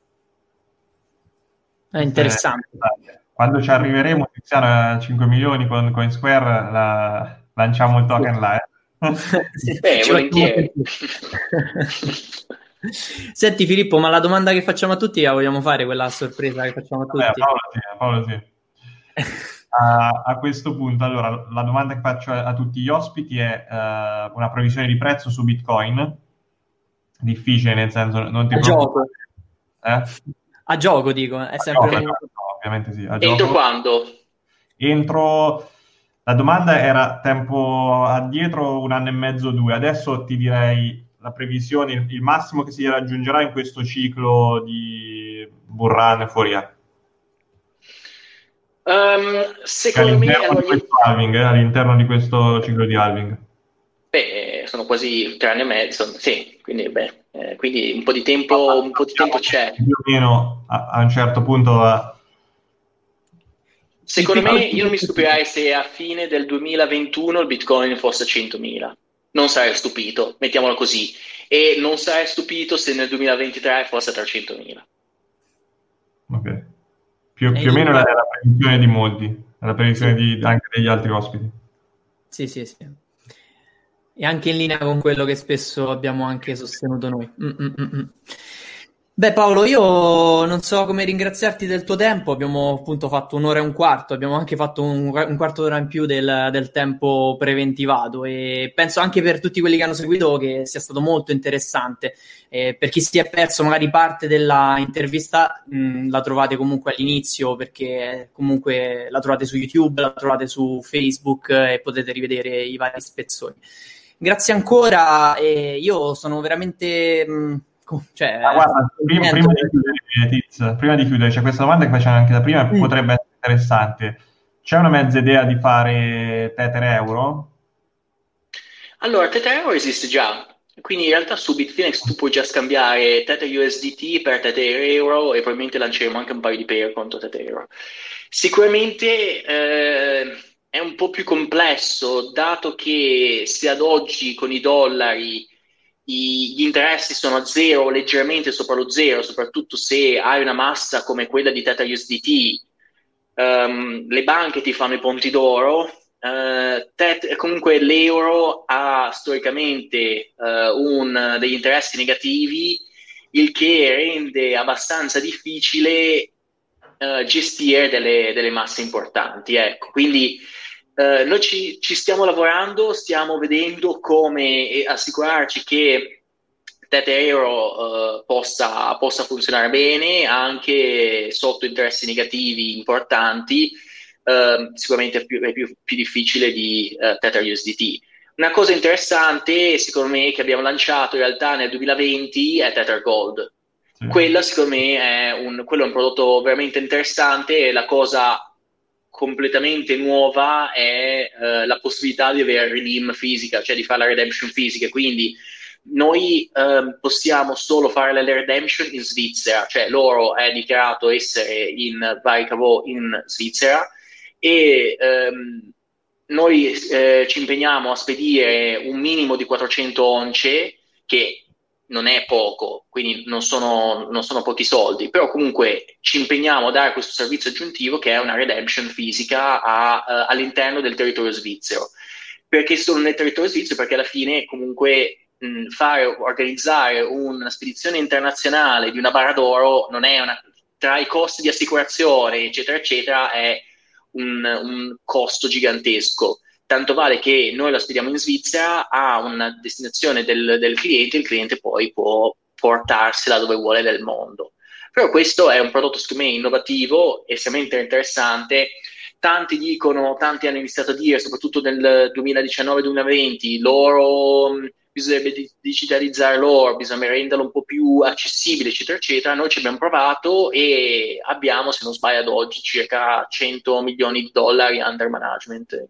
È interessante. Eh, quando ci arriveremo, Tiziano, a cinque milioni con CoinSquare, la, lanciamo il token là. Eh? Beh, volentieri. Senti Filippo, ma la domanda che facciamo a tutti la vogliamo fare, quella sorpresa che facciamo a tutti? Vabbè, Paolo sì, Paolo sì. A, a questo punto, allora, la domanda che faccio a, a tutti gli ospiti è uh, una previsione di prezzo su Bitcoin. Difficile, nel senso, non ti a gioco. Eh? A gioco, dico, è sempre gioco, un... no, ovviamente sì. A Entro gioco. quando? Entro... La domanda era tempo addietro, un anno e mezzo, due. Adesso ti direi la previsione, il, il massimo che si raggiungerà in questo ciclo di bull run fuori A. Um, secondo me all'interno, allora, di questo halving, eh, all'interno di questo ciclo di halving. Beh, sono quasi tre anni e mezzo, sì, quindi, beh, eh, quindi un po' di tempo, un po' di tempo c'è. Più o meno a, a un certo punto. A... Secondo me, io non mi stupirei se a fine del duemilaventuno il Bitcoin fosse a centomila. Non sarei stupito, mettiamolo così. E non sarei stupito se nel duemilaventitré fosse a trecentomila. Ok. Più, più o meno è la previsione di molti, è la previsione sì. di, anche degli altri ospiti. Sì, sì, sì. E anche in linea con quello che spesso abbiamo anche sostenuto noi. Mm-mm-mm. Beh Paolo, io non so come ringraziarti del tuo tempo, abbiamo appunto fatto un'ora e un quarto, abbiamo anche fatto un, un quarto d'ora in più del, del tempo preventivato e penso anche per tutti quelli che hanno seguito che sia stato molto interessante. Eh, per chi si è perso magari parte della intervista mh, la trovate comunque all'inizio perché comunque la trovate su YouTube, la trovate su Facebook eh, e potete rivedere i vari spezzoni. Grazie ancora, eh, io sono veramente... Mh, Cioè, ah, guarda, prima, prima, di chiudere, Tiz, prima di chiudere, c'è questa domanda che facciamo anche da prima, mm. potrebbe essere interessante. C'è una mezza idea di fare Tether Euro? Allora, Tether Euro esiste già, quindi in realtà su Bitfinex tu puoi già scambiare Tether U S D T per Tether Euro e probabilmente lanceremo anche un paio di pair contro Tether Euro. Sicuramente eh, è un po' più complesso, dato che se ad oggi con i dollari gli interessi sono a zero o leggermente sopra lo zero, soprattutto se hai una massa come quella di Tether U S D T, um, le banche ti fanno i ponti d'oro, uh, tet- comunque l'euro ha storicamente uh, un, degli interessi negativi, il che rende abbastanza difficile uh, gestire delle, delle masse importanti. Ecco, quindi Uh, noi ci, ci stiamo lavorando, stiamo vedendo come assicurarci che Tether Euro uh, possa, possa funzionare bene anche sotto interessi negativi importanti. Uh, sicuramente è più, è più, più difficile di uh, Tether U S D T. Una cosa interessante, secondo me, che abbiamo lanciato in realtà nel duemilaventi è Tether Gold. Sì. Quella, secondo me, è un, quello è un prodotto veramente interessante e la cosa completamente nuova è uh, la possibilità di avere redeem fisica, cioè di fare la redemption fisica. Quindi noi uh, possiamo solo fare la redemption in Svizzera, cioè l'oro è dichiarato essere in vari cavò in Svizzera e um, noi eh, ci impegniamo a spedire un minimo di quattrocento once, che non è poco, quindi non sono, non sono pochi soldi, però comunque ci impegniamo a dare questo servizio aggiuntivo che è una redemption fisica a, uh, all'interno del territorio svizzero. Perché solo nel territorio svizzero? Perché alla fine comunque mh, fare, organizzare una spedizione internazionale di una barra d'oro non è una, tra i costi di assicurazione eccetera eccetera è un, un costo gigantesco. Tanto vale che noi la spediamo in Svizzera a una destinazione del, del cliente, il cliente poi può portarsela dove vuole nel mondo. Però questo è un prodotto secondo me innovativo, estremamente interessante. Tanti dicono, tanti hanno iniziato a dire, soprattutto nel duemiladiciannove duemilaventi, l'oro, bisognerebbe digitalizzare l'oro, bisogna renderlo un po' più accessibile, eccetera, eccetera. Noi ci abbiamo provato e abbiamo, se non sbaglio ad oggi, circa cento milioni di dollari under management.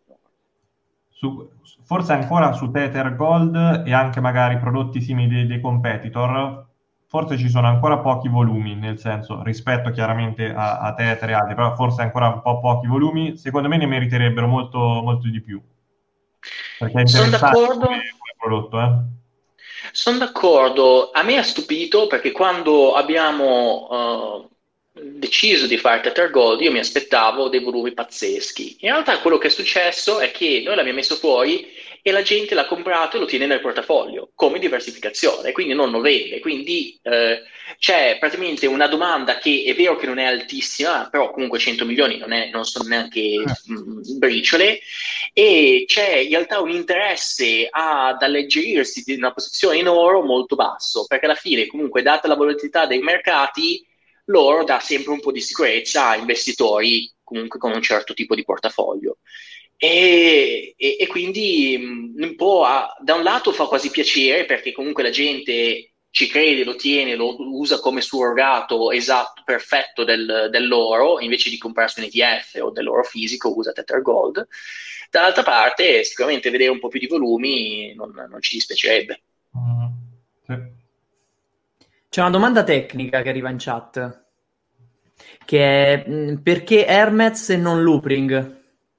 Su, forse ancora su Tether Gold e anche magari prodotti simili dei, dei competitor, forse ci sono ancora pochi volumi, nel senso, rispetto chiaramente a, a Tether e altri, però forse ancora un po' pochi volumi, secondo me ne meriterebbero molto, molto di più. Perché è Sono interessante d'accordo. come, come prodotto, eh. Sono d'accordo, a me ha stupito perché quando abbiamo uh, deciso di fare Tether Gold io mi aspettavo dei volumi pazzeschi. In realtà quello che è successo è che noi l'abbiamo messo fuori e la gente l'ha comprato e lo tiene nel portafoglio come diversificazione, quindi non lo vende. Quindi eh, c'è praticamente una domanda che è vero che non è altissima, però comunque cento milioni non, è, non sono neanche mh, briciole, e c'è in realtà un interesse ad alleggerirsi di una posizione in oro molto basso, perché alla fine comunque data la volatilità dei mercati l'oro dà sempre un po' di sicurezza a investitori comunque con un certo tipo di portafoglio. E, e, e quindi mh, un po' a, da un lato fa quasi piacere perché comunque la gente ci crede, lo tiene, lo usa come surrogato esatto, perfetto del, dell'oro, invece di comprarsi un E T F o dell'oro fisico usa Tether Gold. Dall'altra parte sicuramente vedere un po' più di volumi non, non ci dispiacerebbe. Mm, sì. C'è una domanda tecnica che arriva in chat, che è mh, perché Hermez e non Loopring?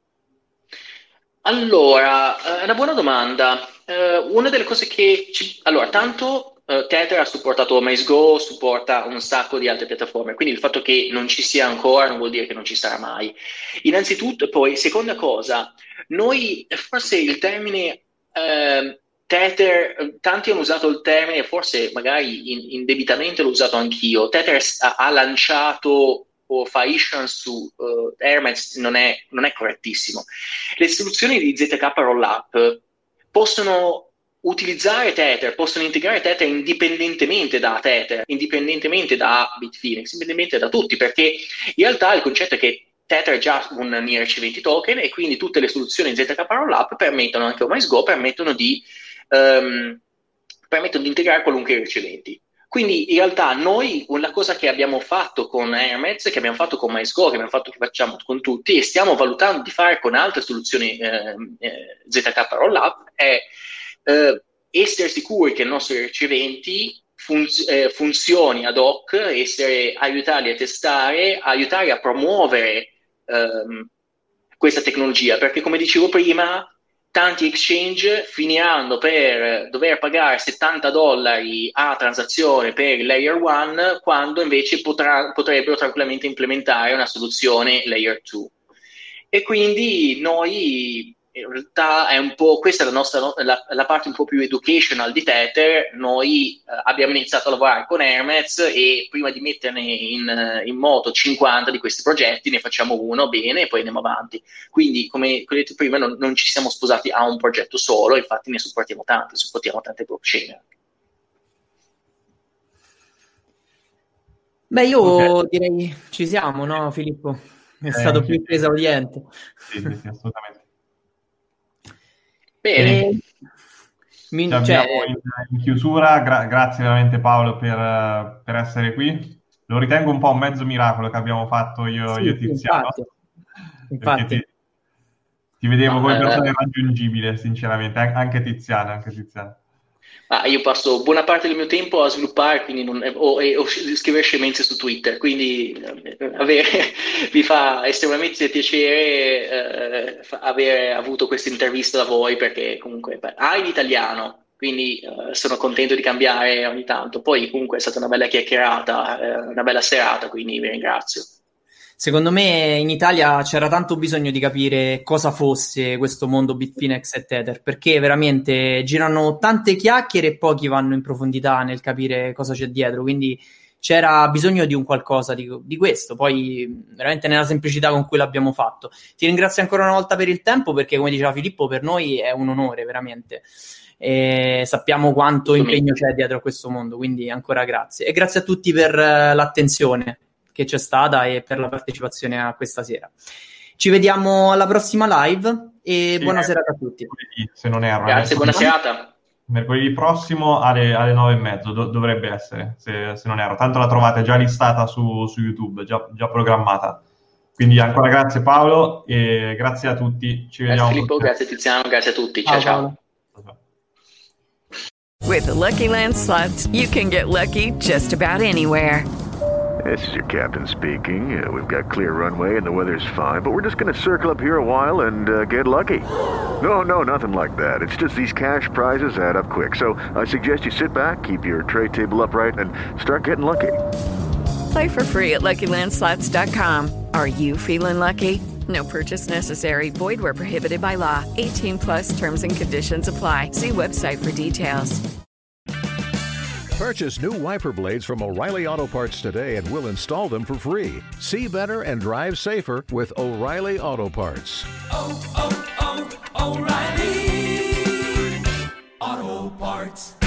Allora, è una buona domanda. Eh, una delle cose che... Ci... Allora, tanto eh, Tether ha supportato MazeGo, supporta un sacco di altre piattaforme, quindi il fatto che non ci sia ancora non vuol dire che non ci sarà mai. Innanzitutto, poi, seconda cosa, noi forse il termine... Eh, Tether, tanti hanno usato il termine, forse magari in, indebitamente l'ho usato anch'io. Tether ha, ha lanciato o fa issuance su uh, Hermez, non è, non è correttissimo. Le soluzioni di Z K Rollup possono utilizzare Tether, possono integrare Tether indipendentemente da Tether, indipendentemente da Bitfinex, indipendentemente da tutti, perché in realtà il concetto è che Tether è già un N I R C venti token e quindi tutte le soluzioni Z K Rollup permettono, anche MazeGo, permettono di Um, permettono di integrare qualunque I R C venti. Quindi in realtà noi la cosa che abbiamo fatto con Hermez, che abbiamo fatto con MazeGo, che abbiamo fatto, che facciamo con tutti e stiamo valutando di fare con altre soluzioni eh, eh, Z K Rollup è eh, essere sicuri che il nostro I R C venti funz- eh, funzioni ad hoc, essere aiutarli a testare, aiutarli a promuovere ehm, questa tecnologia, perché come dicevo prima tanti exchange finiranno per dover pagare settanta dollari a transazione per il layer one quando invece potrà, potrebbero tranquillamente implementare una soluzione layer two. E quindi noi in realtà è un po' questa è la nostra la, la parte un po' più educational di Tether. Noi eh, abbiamo iniziato a lavorare con Hermez e prima di metterne in, in moto cinquanta di questi progetti ne facciamo uno bene e poi andiamo avanti. Quindi come ho detto prima non, non ci siamo sposati a un progetto solo, infatti ne supportiamo tanti, supportiamo tante blockchain. Beh, io Okay. direi ci siamo, no Filippo? È Eh, stato sì. più che esauriente. Sì, sì, sì, assolutamente. Bene. E... Mi- Ci cioè, abbiamo in, in chiusura, gra- grazie veramente Paolo per, eh, per essere qui. Lo ritengo un po' un mezzo miracolo che abbiamo fatto io, sì, io e sì, Tiziano, infatti, perché infatti. ti, ti vedevo No, come eh, persona irraggiungibile, sinceramente, An- anche Tiziano, anche Tiziano. Ah, io passo buona parte del mio tempo a sviluppare quindi non, o, e- o scrivere scemenze su Twitter, quindi eh, avere, mi fa estremamente piacere eh, fa- avere avuto questa intervista da voi perché comunque beh, ah, in italiano, quindi eh, sono contento di cambiare ogni tanto. Poi comunque è stata una bella chiacchierata, eh, una bella serata, quindi vi ringrazio. Secondo me in Italia c'era tanto bisogno di capire cosa fosse questo mondo Bitfinex e Tether, perché veramente girano tante chiacchiere e pochi vanno in profondità nel capire cosa c'è dietro, quindi c'era bisogno di un qualcosa di, di questo, poi veramente nella semplicità con cui l'abbiamo fatto. Ti ringrazio ancora una volta per il tempo, perché come diceva Filippo, per noi è un onore veramente. E sappiamo quanto impegno c'è dietro a questo mondo, quindi ancora grazie. E grazie a tutti per uh, l'attenzione che c'è stata e per la partecipazione a questa sera. Ci vediamo alla prossima live e Sì, buona eh, serata a tutti. Se non erro. Grazie, buona mercoledì- serata. Mercoledì prossimo alle, alle nove e mezzo do- dovrebbe essere, se, se non erro. Tanto la trovate già listata su, su YouTube, già, già programmata. Quindi ancora grazie Paolo e grazie a tutti. Ci Grazie vediamo. Filippo, grazie Tiziano, grazie a tutti. Ciao ciao. Paolo. With the Lucky Land Slots, you can get lucky just about anywhere. This is your captain speaking. Uh, we've got clear runway and the weather's fine, but we're just going to circle up here a while and uh, get lucky. No, no, nothing like that. It's just these cash prizes add up quick. So I suggest you sit back, keep your tray table upright, and start getting lucky. Play for free at Lucky Land Slots dot com. Are you feeling lucky? No purchase necessary. Void where prohibited by law. eighteen plus terms and conditions apply. See website for details. Purchase new wiper blades from O'Reilly Auto Parts today and we'll install them for free. See better and drive safer with O'Reilly Auto Parts. Oh, oh, oh, O'Reilly Auto Parts.